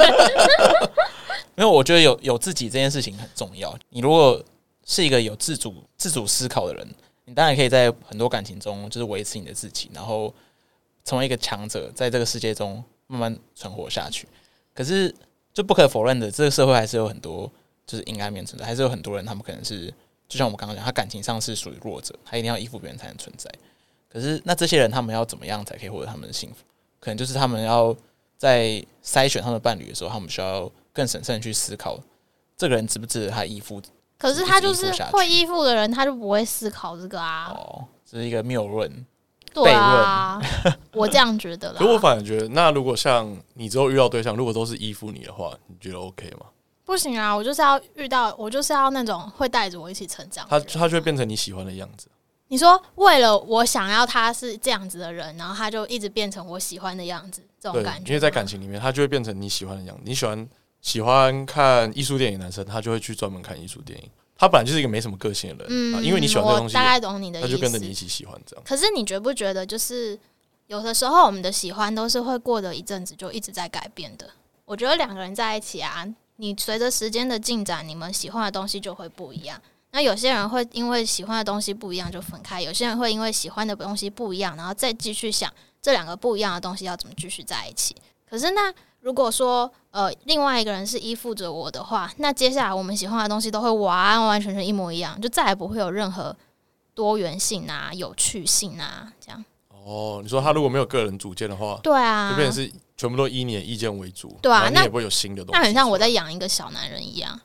因为我觉得有有自己这件事情很重要。你如果是一个有自主自主思考的人，你当然可以在很多感情中就是维持你的自己，然后成为一个强者，在这个世界中慢慢存活下去。可是就不可否认的，这个社会还是有很多就是阴暗面存在，还是有很多人他们可能是就像我们刚刚讲，他感情上是属于弱者，他一定要依附别人才能存在。可是那这些人他们要怎么样才可以获得他们的幸福？可能就是他们要在筛选他们的伴侣的时候，他们需要更审慎去思考这个人值不值得他依附。 可是他就是会依附的人，他就不会思考这个啊。 哦，这是一个谬论。 对啊，我这样觉得啦。 可我反而觉得，那如果像你之后遇到对象，如果都是依附你的话，你觉得 OK 吗？ 不行啊，我就是要遇到，我就是要那种会带着我一起成长的人。 他他就会变成你喜欢的样子。 你说为了我想要他是这样子的人，然后他就一直变成我喜欢的样子，这种感觉。 因为在感情里面，他就会变成你喜欢的样子。你喜欢喜欢看艺术电影的男生，他就会去专门看艺术电影。他本来就是一个没什么个性的人，嗯啊、因为你喜欢这个东西， 我大概懂你的意思， 他就跟着你一起喜欢这样。 可是你觉不觉得，就是有的时候我们的喜欢都是会过了一阵子就一直在改变的？我觉得两个人在一起啊，你随着时间的进展，你们喜欢的东西就会不一样。那有些人会因为喜欢的东西不一样就分开，有些人会因为喜欢的东西不一样，然后再继续想这两个不一样的东西要怎么继续在一起。可是那如果说呃另外一个人是依附着我的话，那接下来我们喜欢的东西都会完完全全一模一样，就再也不会有任何多元性啊、有趣性啊这样。 哦，你说他如果没有个人主见的话， 对啊， 就变成是全部都以你的意见为主， 对啊， 那你也不会有新的东西。 那很像我在养一个小男人一样。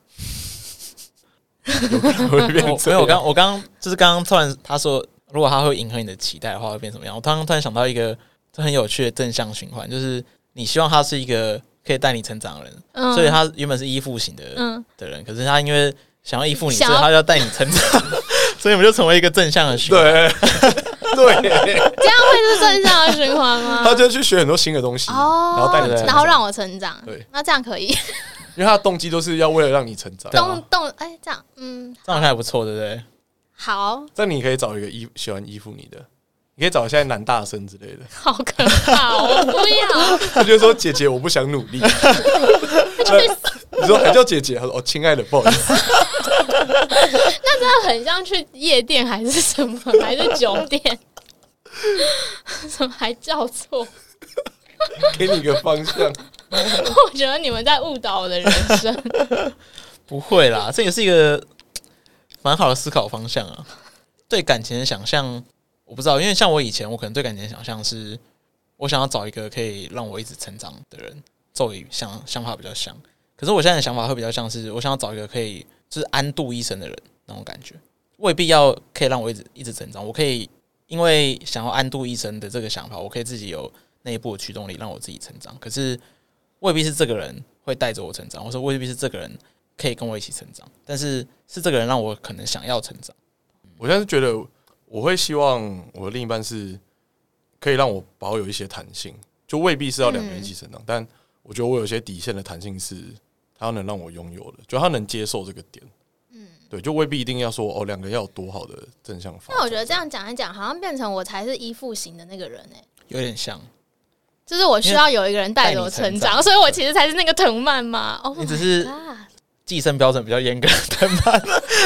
有可能会变成没有，我刚我刚就是刚刚突然他说，如果他会迎合你的期待的话，会变怎么样？我突然突然想到一个这很有趣的正向循环，就是你希望他是一个可以带你成长的人，嗯、所以他原本是依附型的、嗯、的人，可是他因为想要依附你，所以他就要带你成长，所以我们就成为一个正向的循环。 对对， 这样会是正向的循环吗？ 他就去学很多新的东西，哦、然后带你成长， 然后让我成长。 对， 那这样可以。 因为他的动机都是要为了让你成长， 动动哎，这样嗯， 这样还不错，对不对？ 好， 这样你可以找一个依喜欢依附你的，你可以找现在男大生之类的。 好可怕，我不要。 他就说：“姐姐，我不想努力。”你说还叫姐姐？他说：“哦，亲爱的，不好意思。” 那真的很像去夜店还是什么，还是酒店？怎么还叫错？ 给你一个方向。 我觉得你们在误导我的人生。 不会啦，这也是一个蛮好的思考方向啊。对感情的想象，我不知道，因为像我以前，我可能对感情的想象是，我想要找一个可以让我一直成长的人，骤雨想想法比较像。可是我现在的想法会比较像是，我想要找一个可以就是安度一生的人那种感觉，未必要可以让我一直一直成长。我可以因为想要安度一生的这个想法，我可以自己有内部的驱动力，让我自己成长。可是未必是这个人会带着我成长，或者未必是这个人可以跟我一起成长，但是是这个人让我可能想要成长。 我现在是觉得我会希望我的另一半是可以让我保有一些弹性，就未必是要两个人一起成长，嗯、但我觉得我有些底线的弹性是他能让我拥有的，就他能接受这个点。嗯，对，就未必一定要说哦，两个人要有多好的正向发展。 那我觉得这样讲一讲，好像变成我才是依附型的那个人哎、欸， 有点像。 就是我需要有一个人带着我成长，所以我其实才是那个藤蔓嘛。 Oh、你只是寄生标准比较严格的藤蔓，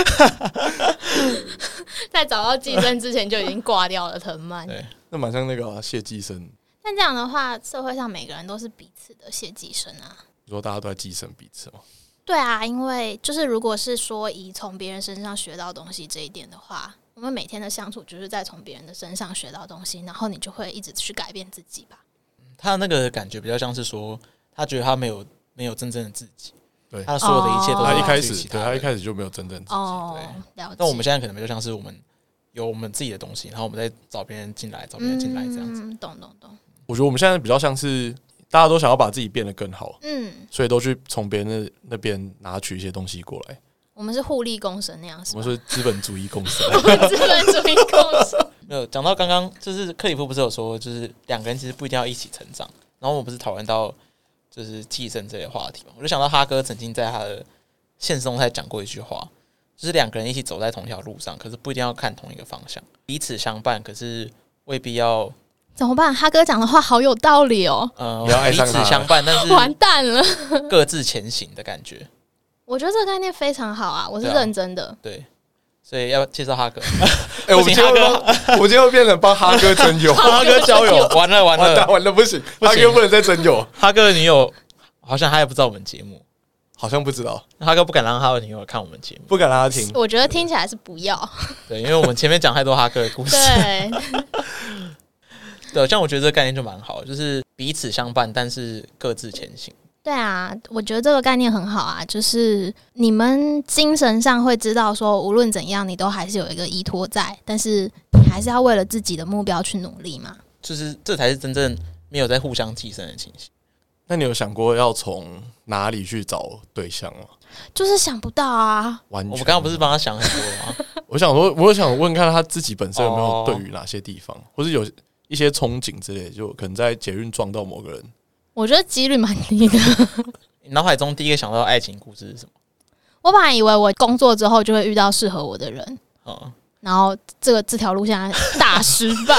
在找到寄生之前就已经挂掉了藤蔓。 对，那蛮像那个、啊、谢寄生。 但这样的话，社会上每个人都是彼此的谢寄生啊。 你说大家都在寄生彼此吗？ 对啊，因为就是如果是说以从别人身上学到东西这一点的话，我们每天的相处就是在从别人的身上学到东西，然后你就会一直去改变自己吧。 他那个感觉比较像是说，他觉得他没有没有真正的自己，对，他所有的一切都是他一开始，对他一开始就没有真正自己。 哦， 对。 但我们现在可能比较像是我们有我们自己的东西，然后我们再找别人进来，找别人进来这样子。 嗯，懂懂懂。 我觉得我们现在比较像是大家都想要把自己变得更好， 嗯， 所以都去从别人那那边拿取一些东西过来。 我们是互利共生那样，是我们是资本主义共生。 资本主义共生。 没有讲到刚刚，就是克里夫不是有说，就是两个人其实不一定要一起成长。然后我们不是讨论到就是寄生这类话题嘛，我就想到哈哥曾经在他的现实动态讲过一句话，就是两个人一起走在同一条路上，可是不一定要看同一个方向，彼此相伴，可是未必要怎么办？哈哥讲的话好有道理哦。 呃， 不要爱上他彼此相伴，但是完蛋了， 各自前行的感觉。 我觉得这个概念非常好啊，我是对啊认真的。 对，所以要介绍哈哥。 哎、欸，我们今天会帮，我今天会变成帮哈哥征友， 哈哥交友，完了完了完了完了，不行， 不行哈哥不能再征友。 哈哥的女友好像他也不知道我们节目， 好像不知道， 哈哥不敢让他的女友看我们节目， 不敢让他听。 我觉得听起来是不要。 对，因为我们前面讲太多哈哥的故事。 对， 对，像我觉得这个概念就蛮好的，就是彼此相伴，但是各自前行。 对啊，我觉得这个概念很好啊，就是你们精神上会知道说，无论怎样，你都还是有一个依托在，但是你还是要为了自己的目标去努力嘛。 就是这才是真正没有在互相寄生的情形。 那你有想过要从哪里去找对象吗？ 就是想不到啊。 完全， 我们刚刚不是帮他想很多吗？ 我想说，我想问看他自己本身有没有对于哪些地方，或是有一些憧憬之类的，就可能在捷运撞到某个人。 我觉得几率蛮低的。 你脑海中第一个想到的爱情故事是什么？ 我本来以为我工作之后就会遇到适合我的人， 嗯， 然后这个这条路现在大失败。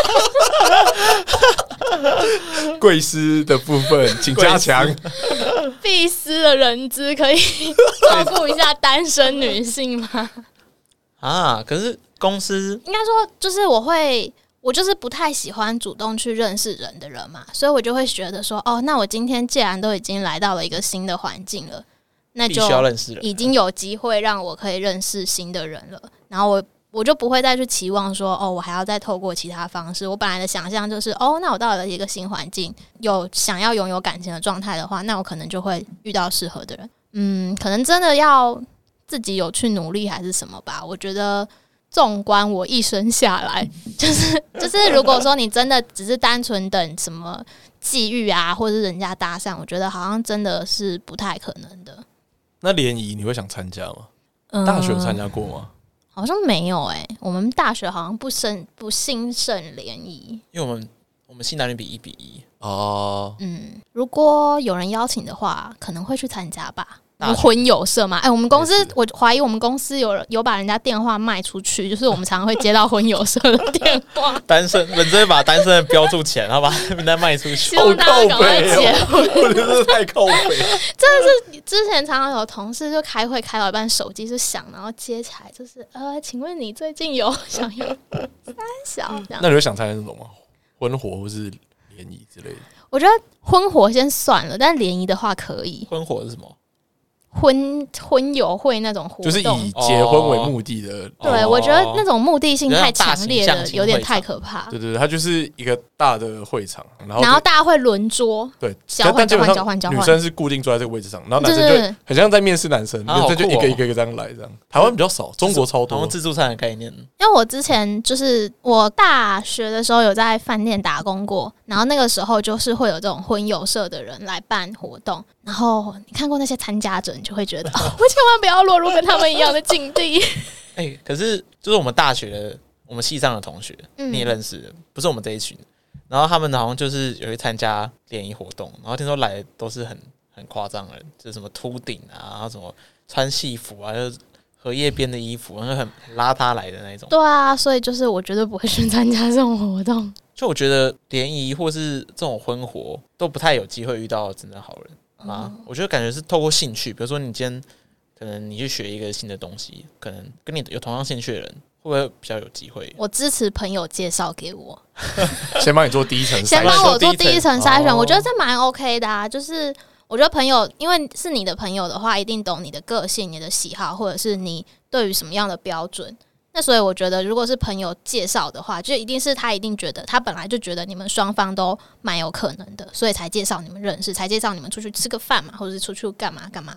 贵司的部分请加强。 必司的人资可以照顾一下单身女性吗？ 啊，可是公司应该说，就是我会，我就是不太喜欢主动去认识人的人嘛，所以我就会觉得说，哦，那我今天既然都已经来到了一个新的环境了，那就必须要认识人， 已经有机会让我可以认识新的人了，然后我。我就不会再去期望说，哦，我还要再透过其他方式。我本来的想象就是，哦，那我到了一个新环境，有想要拥有感情的状态的话，那我可能就会遇到适合的人。嗯，可能真的要自己有去努力还是什么吧。我觉得，纵观我一生下来，就是就是，如果说你真的只是单纯等什么际遇啊，或者是人家搭讪，我觉得好像真的是不太可能的。 那联谊你会想参加吗？ 嗯、 大学有参加过吗？ 好像没有哎、欸，我们大学好像不兴不兴盛联谊， 因为我们我们系男女比一比一哦。 嗯，如果有人邀请的话，可能会去参加吧。婚友社嘛，哎、欸，我们公司我怀疑我们公司有有把人家电话卖出去，就是我们常常会接到婚友社的电话。 单身人真的把单身的标注起来，然后把名单卖出去， 希望大家赶快结婚。 我觉得太靠北， 真的是之前常常有同事就开会开到一半，手机就响，然后接起来就是呃，请问你最近有想要三小这样？ 那你会想参加那种吗？婚活或是联谊之类的？ 我觉得婚活先算了，但联谊的话可以。 婚活是什么？ 婚婚友会那种活动， 就是以结婚为目的的。 哦、对，我觉得那种目的性太强烈了，有点太可怕。 对对对，它就是一个大的会场，然后然后大家会轮桌， 对， 交换交换交换交换。 女生是固定坐在这个位置上，然后男生就很像在面试男生，男生就一个一个一个这样来，这样。台湾比较少，中国超多。 然后自助餐的概念， 因为我之前就是我大学的时候有在饭店打工过，然后那个时候就是会有这种婚友社的人来办活动，然后你看过那些参加者，你就会觉得。哦，我千万不要落入跟他们一样的境地。 哎、欸，可是就是我们大学的，我们系上的同学， 嗯、 你也认识的，不是我们这一群。然后他们好像就是有去参加联谊活动，然后听说来的都是很很夸张的人，就是什么秃顶啊，然后什么穿戏服啊，就是荷叶边的衣服，然后很很邋遢来的那种。 对啊，所以就是我绝对不会去参加这种活动。 就我觉得联谊或是这种婚活都不太有机会遇到真正好人。啊，我觉得感觉是透过兴趣，比如说你今天可能你去学一个新的东西，可能跟你有同样兴趣的人，会不会比较有机会？ 我支持朋友介绍给我， 先帮你做第一层筛选， 先帮我做第一层筛选， 哦、 我觉得这蛮 OK 的啊。就是我觉得朋友，因为是你的朋友的话，一定懂你的个性、你的喜好，或者是你对于什么样的标准。那所以我觉得，如果是朋友介绍的话，就一定是他一定觉得他本来就觉得你们双方都蛮有可能的，所以才介绍你们认识，才介绍你们出去吃个饭嘛，或者是出去干嘛干嘛的。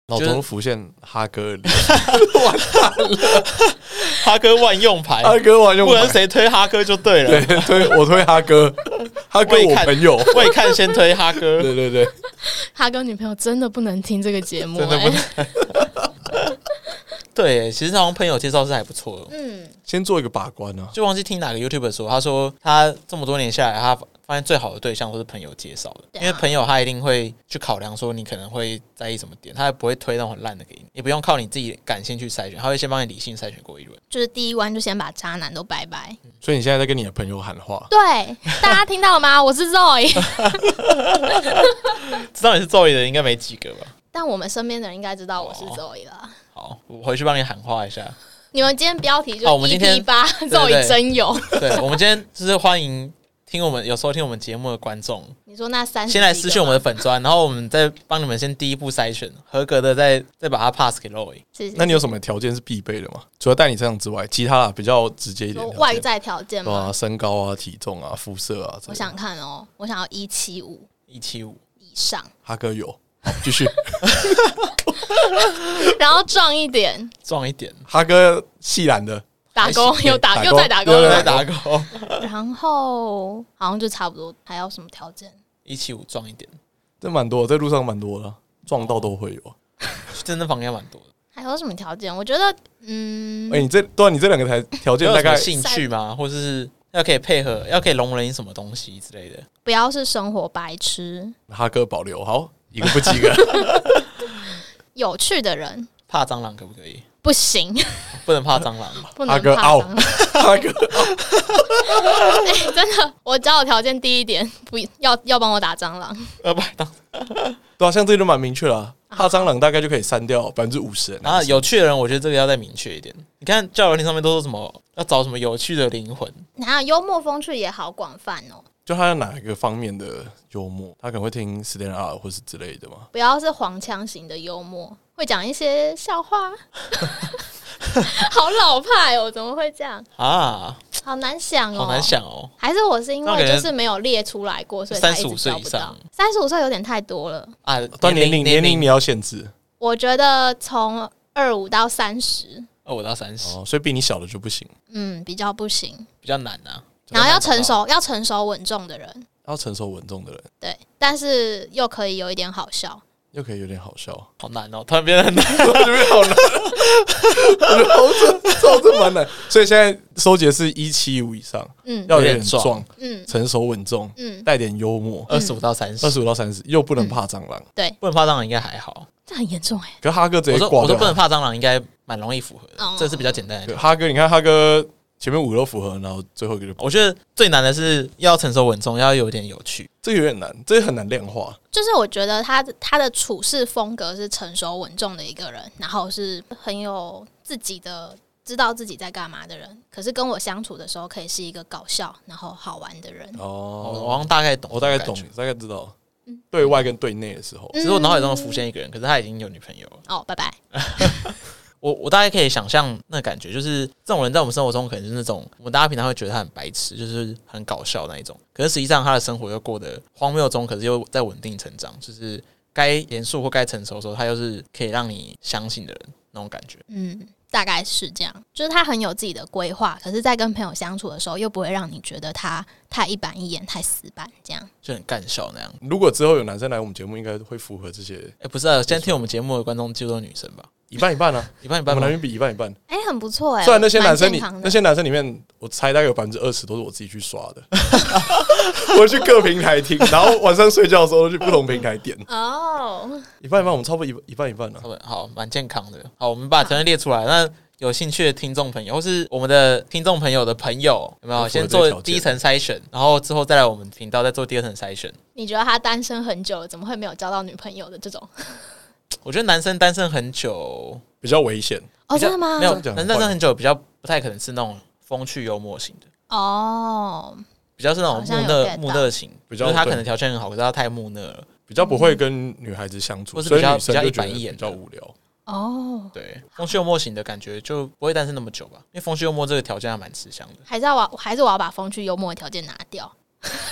脑中浮现哈哥的脸， 完蛋了，哈哥万用牌， 哈哥万用牌， 不能谁推哈哥就对了。 对，推我推哈哥，哈哥我朋友， 未看先推哈哥。 对对对， 哈哥女朋友真的不能听这个节目、欸， 真的不能。对，其实好像朋友介绍是还不错的。 嗯， 先做一个把关啊。 就忘记听哪个 YouTuber 说，他说他这么多年下来，他发现最好的对象都是朋友介绍的， 啊、 因为朋友他一定会去考量说你可能会在意什么点，他也不会推那种很烂的给你，也不用靠你自己感性去筛选，他会先帮你理性筛选过一轮。 就是第一关就先把渣男都拜拜。 嗯、 所以你现在在跟你的朋友喊话， 对，大家听到了吗？我是 Zoe， 知道你是 Zoe 的应该没几个吧？ 但我们身边的人应该知道我是 Zoe 了。 好，我回去帮你喊话一下。 你们今天标题就 E P 八 Zoe 真有。 对，我们今天就是欢迎听我们有收听我们节目的观众。 你说那三十先来私讯我们的粉专，然后我们再帮你们先第一步筛选合格的再，再再把它 pass 给 Zoe。 那你有什么条件是必备的吗？除了带你这样之外，其他比较直接一点的外在条件吗？ 啊，身高啊、体重啊、肤色啊。 我想看哦，我想要一七五， 一七五以上。 哈哥有，继续。 然后壮一点， 壮一点。 哈哥细篮的， 打工又打又在打工， 又在打工。 然后好像就差不多，还要什么条件？ 一七五壮一点， 这蛮多，在路上蛮多的，撞到都会有。 健身房应该蛮多的。 还有什么条件？我觉得，嗯， 哎、欸，你这对、啊、你这两个条条件大概兴趣吗？或者是要可以配合，要可以容忍你什么东西之类的？ 不要是生活白痴。 哈哥保留好，一个不及格。 有趣的人， 怕蟑螂可不可以？ 不行， 不能怕蟑螂。 不能怕蟑螂。 哈哥， 哎、欸，真的，我交友条件第一点，不要要帮我打蟑螂。 呃，不当。 对啊，像这个就蛮明确了、啊。怕蟑螂大概就可以删掉百分之五十。 啊，有趣的人，我觉得这个要再明确一点。你看交友软件上面都说什么要找什么有趣的灵魂， 哪有幽默风趣也好广泛哦。 就他在哪一个方面的幽默，他可能会听 stand up 或是之类的嘛。 不要是黄腔型的幽默，会讲一些笑话。好老派哦，怎么会这样啊？好难想哦， 好难想哦。 还是我是因为就是没有列出来过，所以三十五岁以上，三十五岁有点太多了啊。 但年龄年龄你要限制， 我觉得从二五到三十， 二五到三十， 哦，所以比你小的就不行。 嗯，比较不行， 比较难啊。 然后要成熟，要成熟稳重的人， 要成熟稳重的人， 对，但是又可以有一点好笑， 又可以有点好笑， 好难哦，突然变得很难， 我觉得好难，我觉得好这这这蛮难。所以现在收集的是一七五以上，嗯，要有点壮，嗯，成熟稳重，嗯，带点幽默， 二十五到三十， 二十五到三十，又不能怕蟑螂， 对， 不能怕蟑螂应该还好， 这很严重哎。 可哈哥直接挂掉， 我说不能怕蟑螂，应该蛮容易符合的，这是比较简单的。 哈哥，你看哈哥。前面五个都符合，然后最后一个就…… 我觉得最难的是要成熟稳重，要有点有趣， 这个有点难，这个很难量化。 就是我觉得他他的处事风格是成熟稳重的一个人，然后是很有自己的知道自己在干嘛的人。可是跟我相处的时候，可以是一个搞笑然后好玩的人。 哦，我好像大概懂， 我大概懂，大概知道。嗯、对外跟对内的时候， 其实我脑海中浮现一个人，可是他已经有女朋友了。 哦，拜拜。 我我大概可以想象那感觉，就是这种人在我们生活中可能是那种我们大家平常会觉得他很白痴，就是很搞笑那一种。可是实际上他的生活又过得荒谬中，可是又在稳定成长，就是该严肃或该成熟的时候，他又是可以让你相信的人那种感觉。 嗯，大概是这样，就是他很有自己的规划，可是在跟朋友相处的时候，又不会让你觉得他太一板一眼、太死板，这样就很干笑那样。 如果之后有男生来我们节目，应该会符合这些。 哎、欸，不是啊，现在听我们节目的观众几乎都是女生吧？ 一半一半啊， 一半一半， 我们男女比一半一半。 哎、欸，很不错哎、欸。 虽然那些男生里，那些男生里面，我猜大概有百分之二十都是我自己去刷的。我去各平台听，然后晚上睡觉的时候去不同平台点。哦，一半一半，我们差不多一一半一半啊。 好，蛮健康的。好，我们把条件列出来。那有兴趣的听众朋友，或是我们的听众朋友的朋友，有没有先做第一层筛选，然后之后再来我们频道再做第二层筛选？ 你觉得他单身很久，怎么会没有交到女朋友的这种？ 我觉得男生单身很久比较危险哦，真的吗？ 没有，男生单身很久比较不太可能是那种风趣幽默型的哦，比较是那种木讷木讷型，比较他可能条件很好，可是他太木讷了， 比较不会跟女孩子相处， 或是比较比较一板一眼， 比较无聊。 哦， 对，风趣幽默型的感觉就不会单身那么久吧，因为风趣幽默这个条件还蛮吃香的。 还是要我，还是我要把风趣幽默的条件拿掉？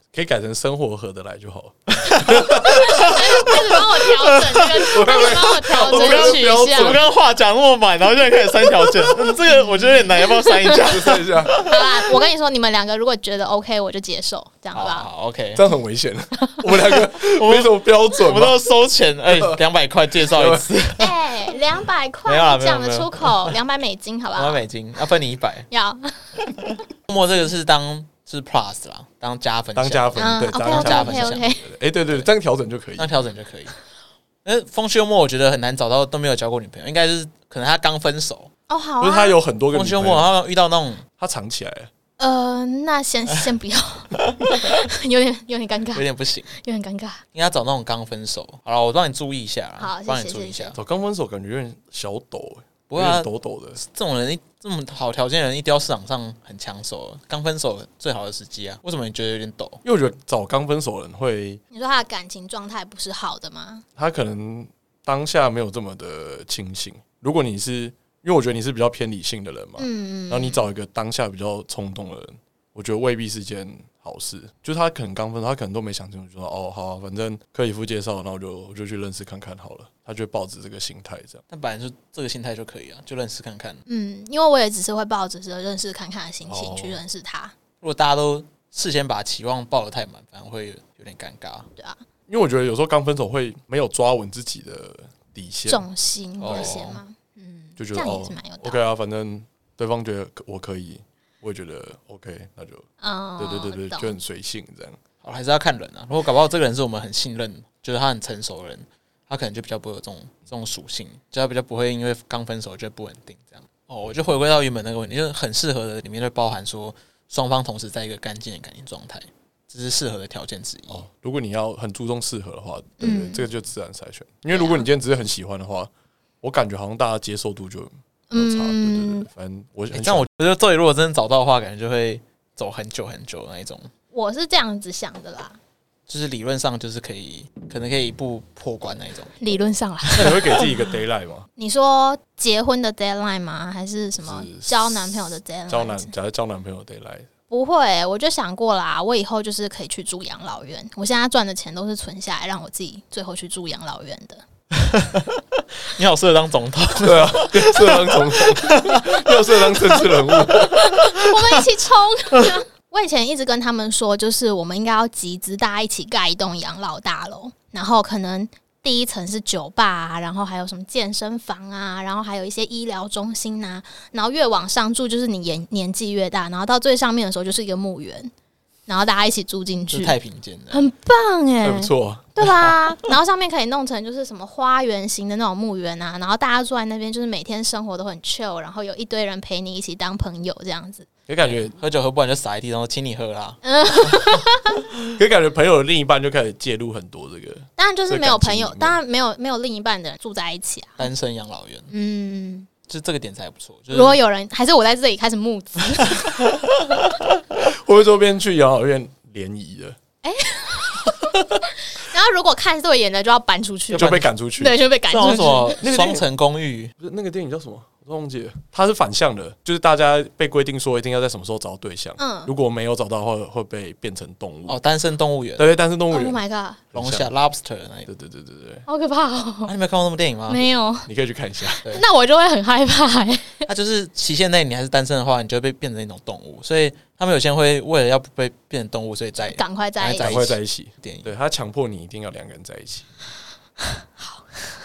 可以改成生活合得来就好了。 开始帮我调整这个，开始帮我调整取向。 我们刚刚话讲那么满，然后现在开始删条件，嗯，这个我觉得有点难，要不要删一下？ 删一下。 好啦，我跟你说，你们两个如果觉得 OK， 我就接受，这样好不好？ 好 ，OK， 这样很危险。我们两个没什么标准， 我们都要收钱，哎，两百块介绍一次。 哎，两百块讲得出口，两百美金，好不好？ 两百美金，要分你一百。 要。 默默这个是当。是 plus 啦，当加分， 当加分，对，当加分项。哎，对对，这样调整就可以， 这样调整就可以。那风趣幽默，我觉得很难找到都没有交过女朋友，应该是可能他刚分手哦，好， 不是他有很多个风趣幽默，然后遇到那种他藏起来了。 呃，那先先不要，有点有点尴尬， 有点不行， 有点尴尬。 应该找那种刚分手。好了，我帮你注意一下， 好， 帮你注意一下。 找刚分手感觉有点小抖， 不会啊， 抖抖的。 这种人这么好条件的人，一丢到市场上很抢手，刚分手最好的时机啊。为什么你觉得有点抖？ 因为我觉得找刚分手的人会， 你说他的感情状态不是好的吗？ 他可能当下没有这么的清醒。如果你是，因为我觉得你是比较偏理性的人嘛，嗯，然后你找一个当下比较冲动的人，我觉得未必是件好事。就是他可能刚分手，他可能都没想清楚，就说哦好、啊，反正克里夫介绍，然后我就我就去认识看看好了。他就会抱着这个心态这样。 但本来就这个心态就可以啊，就认识看看。 嗯，因为我也只是会抱着这认识看看的心情去认识他。 如果大家都事先把期望抱得太满，反而会有点尴尬。 对啊， 因为我觉得有时候刚分手会没有抓稳自己的底线、 重心这些嘛，嗯， 就觉得哦 ，OK 啊，反正对方觉得我可以，我也觉得 OK， 那就，哦、对对对对，就很随性这样。 好，还是要看人啊。如果搞不好这个人是我们很信任，觉得他很成熟的人，他可能就比较不会有这种这种属性，就他比较不会因为刚分手就不稳定这样。哦，我就回归到原本那个问题，就是很适合的里面就包含说双方同时在一个干净的感情状态，这是适合的条件之一。哦， 如果你要很注重适合的话，对对、嗯，这个就自然筛选。因为如果你今天只是很喜欢的话，我感觉好像大家接受度就没有差。嗯、对对对，反正我、欸、 这样我觉得这里如果真的找到的话，感觉就会走很久很久的那一种。 我是这样子想的啦。 就是理论上就是可以，可能可以一步破关那一种。 理论上啦， 那你会给自己一个 deadline 吗？ 你说结婚的 deadline 吗？还是什么交男朋友的 deadline？ 交男，假如交男朋友的 deadline， 不会、欸，我就想过啦，我以后就是可以去住养老院。我现在赚的钱都是存下来，让我自己最后去住养老院的。 你好适合当总统， 对啊，适合当总统，又适合当政治人物。 我们一起冲！我以前一直跟他们说，就是我们应该要集资，大家一起盖一栋养老大楼，然后可能第一层是酒吧啊，然后还有什么健身房啊，然后还有一些医疗中心啊，然后越往上住就是你年年纪越大，然后到最上面的时候就是一个墓园，然后大家一起住进去， 太平间的， 很棒哎、欸， 不错， 对吧？然后上面可以弄成就是什么花园型的那种墓园啊，然后大家住在那边，就是每天生活都很 chill， 然后有一堆人陪你一起当朋友这样子。 可感觉喝酒喝不完就撒一地，然后请你喝啦。 可感觉朋友的另一半就开始介入很多这个， 当然就是没有朋友，当然没有没有另一半的人住在一起啊。 单身养老院， 嗯， 就这个点才不错。就是、 如果有人，还是我在这里开始募资， 会不会周边去养老院联谊的？哎、 欸，然后如果看对眼的就要搬出去， 就被赶出去， 对，就被赶出去。双层公寓， 不是那个电影叫什么？我忘记了，它是反向的，就是大家被规定说一定要在什么时候找到对象，嗯，如果没有找到的话，会被变成动物。 哦，单身动物园， 对，单身动物园。 Oh my god， 龙虾 lobster 那一对对对对对， 好可怕哦！ 啊、你没有看过那部电影吗？ 没有， 你可以去看一下。 那我就会很害怕哎、欸。 它就是期限内你还是单身的话，你就会被变成一种动物，所以他们有些人会为了要不被变成动物，所以在赶快在一起， 赶快在一起。 电影对他强迫你一定要两个人在一起。 好。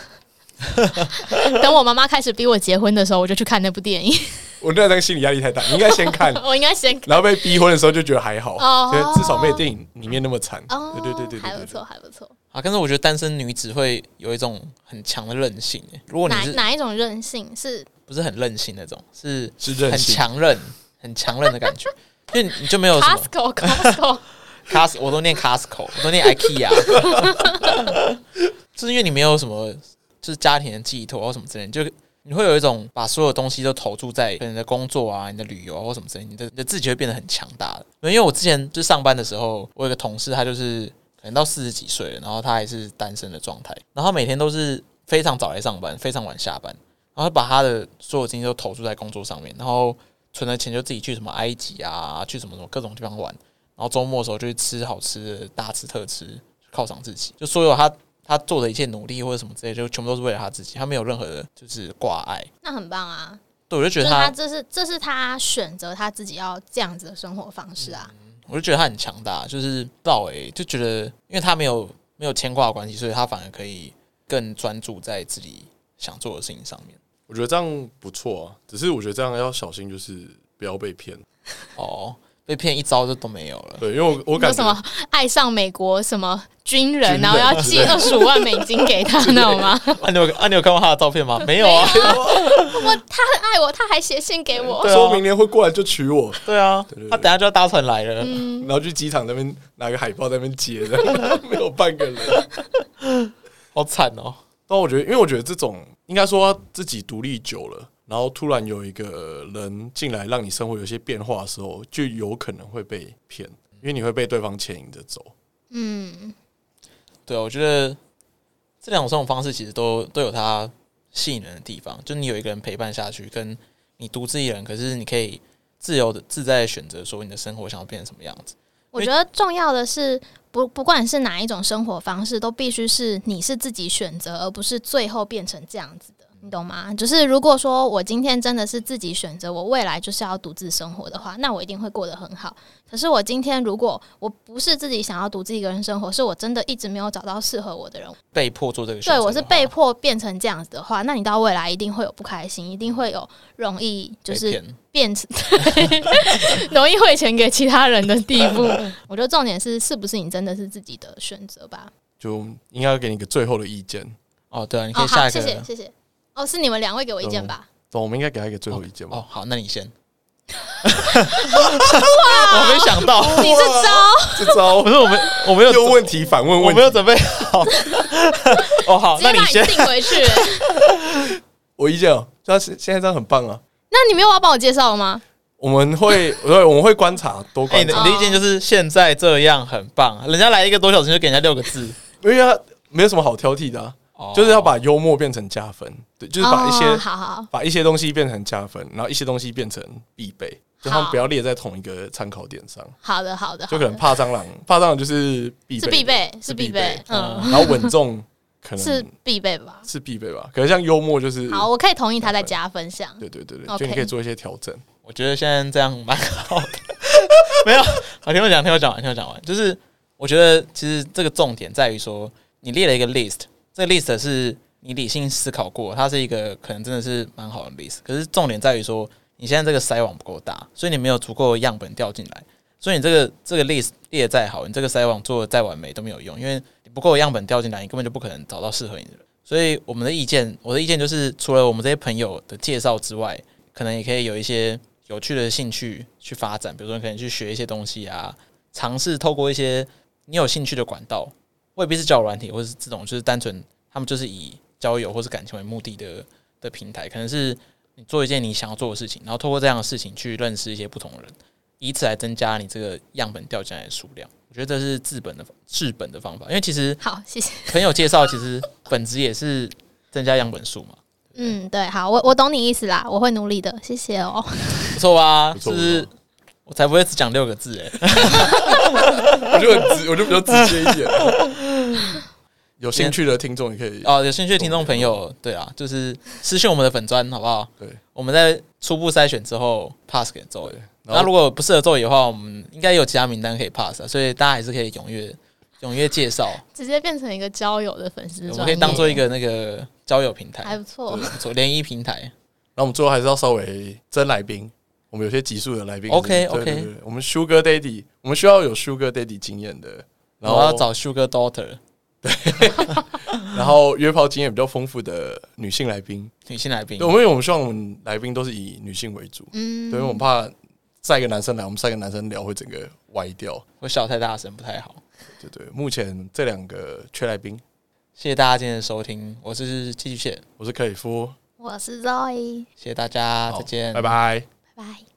等我妈妈开始逼我结婚的时候，我就去看那部电影。 我那张心理压力太大，你应该先看。 我应该先看， 然后被逼婚的时候就觉得还好，哦、所以至少没有电影里面那么惨。哦，对对对 对, 对, 对， 还不错，还不错。 啊，但是我觉得单身女子会有一种很强的韧性。如果你是哪, 哪一种韧性？是不是很任性那种？是是韧性， 很强韧、很强韧的感觉。因为你就没有什么 Costco Costco Costco， 我都念 Costco， 我都念 IKEA， 就是因为你没有什么。就是家庭的寄托或什么之类的，就你会有一种把所有东西都投注在你的工作啊、你的旅游啊或什么之类的，你的你的自己会变得很强大的。因为我之前就上班的时候，我有个同事，他就是可能到四十几岁了，然后他还是单身的状态，然后他每天都是非常早来上班，非常晚下班，然后把他的所有精力都投注在工作上面，然后存的钱就自己去什么埃及啊，去什么什么各种地方玩， 然后周末的时候就去吃好吃的，大吃特吃，犒赏自己。就所有他他做的一切努力或者什么之类，就全部都是为了他自己，他没有任何的就是挂碍。 那很棒啊！ 对，我就觉得他这是这是他选择他自己要这样子的生活方式啊。 嗯、我就觉得他很强大，就是到诶、欸，就觉得因为他没有没有牵挂的关系，所以他反而可以更专注在自己想做的事情上面。 我觉得这样不错啊，只是我觉得这样要小心，就是不要被骗。 哦，被骗一招就都没有了。 对，因为我我感觉什么爱上美国什么军人，军人然后要寄二十五万美金给他，那种吗？ 啊，你有啊？你有看过他的照片吗？没有啊。 我他很爱我，他还写信给我， 啊、说明年会过来就娶我。 对啊，对对对，他等下就要搭船来了， 嗯、 然后去机场那边拿个海报在那边接的，没有半个人， 好惨哦。 但我觉得，因为我觉得这种应该说自己独立久了，然后突然有一个人进来，让你生活有些变化的时候，就有可能会被骗，因为你会被对方牵引着走。 嗯， 对啊，我觉得这两种生活方式其实都都有它吸引人的地方，就你有一个人陪伴下去，跟你独自一人，可是你可以自由的自在的选择说你的生活想要变成什么样子。 我觉得重要的是不不管是哪一种生活方式，都必须是你是自己选择，而不是最后变成这样子的，你懂吗？就是如果说我今天真的是自己选择，我未来就是要独自生活的话，那我一定会过得很好。可是我今天如果我不是自己想要独自一个人生活，是我真的一直没有找到适合我的人， 被迫做这个选择， 对，我是被迫变成这样子的话，那你到未来一定会有不开心，一定会有容易就是变成容易汇钱给其他人的地步。我觉得重点是是不是你真的是自己的选择吧。 就应该给你一个最后的意见。 哦，对啊，你可以下一个。 哦、谢谢谢谢。哦，是你们两位给我意见吧？ 懂，我们应该给他一个最后意见吧。 哦，哦好，那你先。我没想到， 你这招， 这招不是我们，我没有有问题反问问题， 我没有准备好。哦，好，那你先定回去。 我意见哦，他现在这样很棒啊。 那你没有要帮我介绍了吗？ 我们会，对，我们会观察，多观察。 欸、你的意见就是现在这样很棒，人家来一个多小时就给人家六个字， 因为他没有什么好挑剔的、啊。Oh. 就是要把幽默变成加分，对，就是把一些、 oh, 好好把一些东西变成加分，然后一些东西变成必备，就他们不要列在同一个参考点上。 好的，好的， 就可能怕蟑螂，怕蟑螂就是必备， 是必备，是必备，嗯， 然后稳重可能是必备吧， 是必备吧。可能像幽默就是好，我可以同意他在加分项。 对对对对， okay. 就你可以做一些调整。 我觉得现在这样蛮好的。没有，好，听我讲，听我讲完，听我讲完。就是我觉得其实这个重点在于说，你列了一个 list， 这个 list 是你理性思考过，它是一个可能真的是蛮好的 list。可是重点在于说，你现在这个筛网不够大，所以你没有足够的样本调进来，所以你这个这个 list 列得再好，你这个筛网做的再完美都没有用，因为你不够的样本调进来，你根本就不可能找到适合你的人。所以我们的意见，我的意见就是，除了我们这些朋友的介绍之外，可能也可以有一些有趣的兴趣去发展，比如说你可能去学一些东西啊，尝试透过一些你有兴趣的管道，未必是交友软体，或是这种就是单纯他们就是以交友或是感情为目的的的平台，可能是你做一件你想要做的事情，然后透过这样的事情去认识一些不同的人，以此来增加你这个样本调进来的数量。我觉得这是治本的治本的方法，因为其实好，谢谢朋友介绍，其实本质也是增加样本数嘛。 嗯，对，好，我我懂你意思啦，我会努力的，谢谢哦。 不错吧？是不是？我才不会只讲六个字哎、 欸，我就很直，我就比较直接一点。有兴趣的听众也可以哦，有兴趣的听众朋友，对啊，就是私讯我们的粉专好不好？ 对， 我们在初步筛选之后 pass 给周宇。那如果不适合周宇的话，我们应该有其他名单可以 pass 啊，所以大家还是可以踊跃踊跃介绍， 直接变成一个交友的粉丝专页， 我们可以当做一个那个交友平台， 还不错， 不错，联谊平台。 然后我们最后还是要稍微征来宾，我们有些集数的来宾 ，OK 对 OK， 对对，我们 Sugar Daddy， 我们需要有 Sugar Daddy 经验的，然后我要找 Sugar Daughter。 对，然后约炮经验比较丰富的女性来宾， 女性来宾， 对，因为我们希望我们来宾都是以女性为主， 嗯， 对，因为我们怕再一个男生来，我们三个男生聊会整个歪掉， 会笑太大声不太好。 对对，目前这两个缺来宾， 谢谢大家今天的收听，我是寄居蟹， 我是克里夫， 我是 Zoe， 谢谢大家，再见， 拜拜， 拜拜。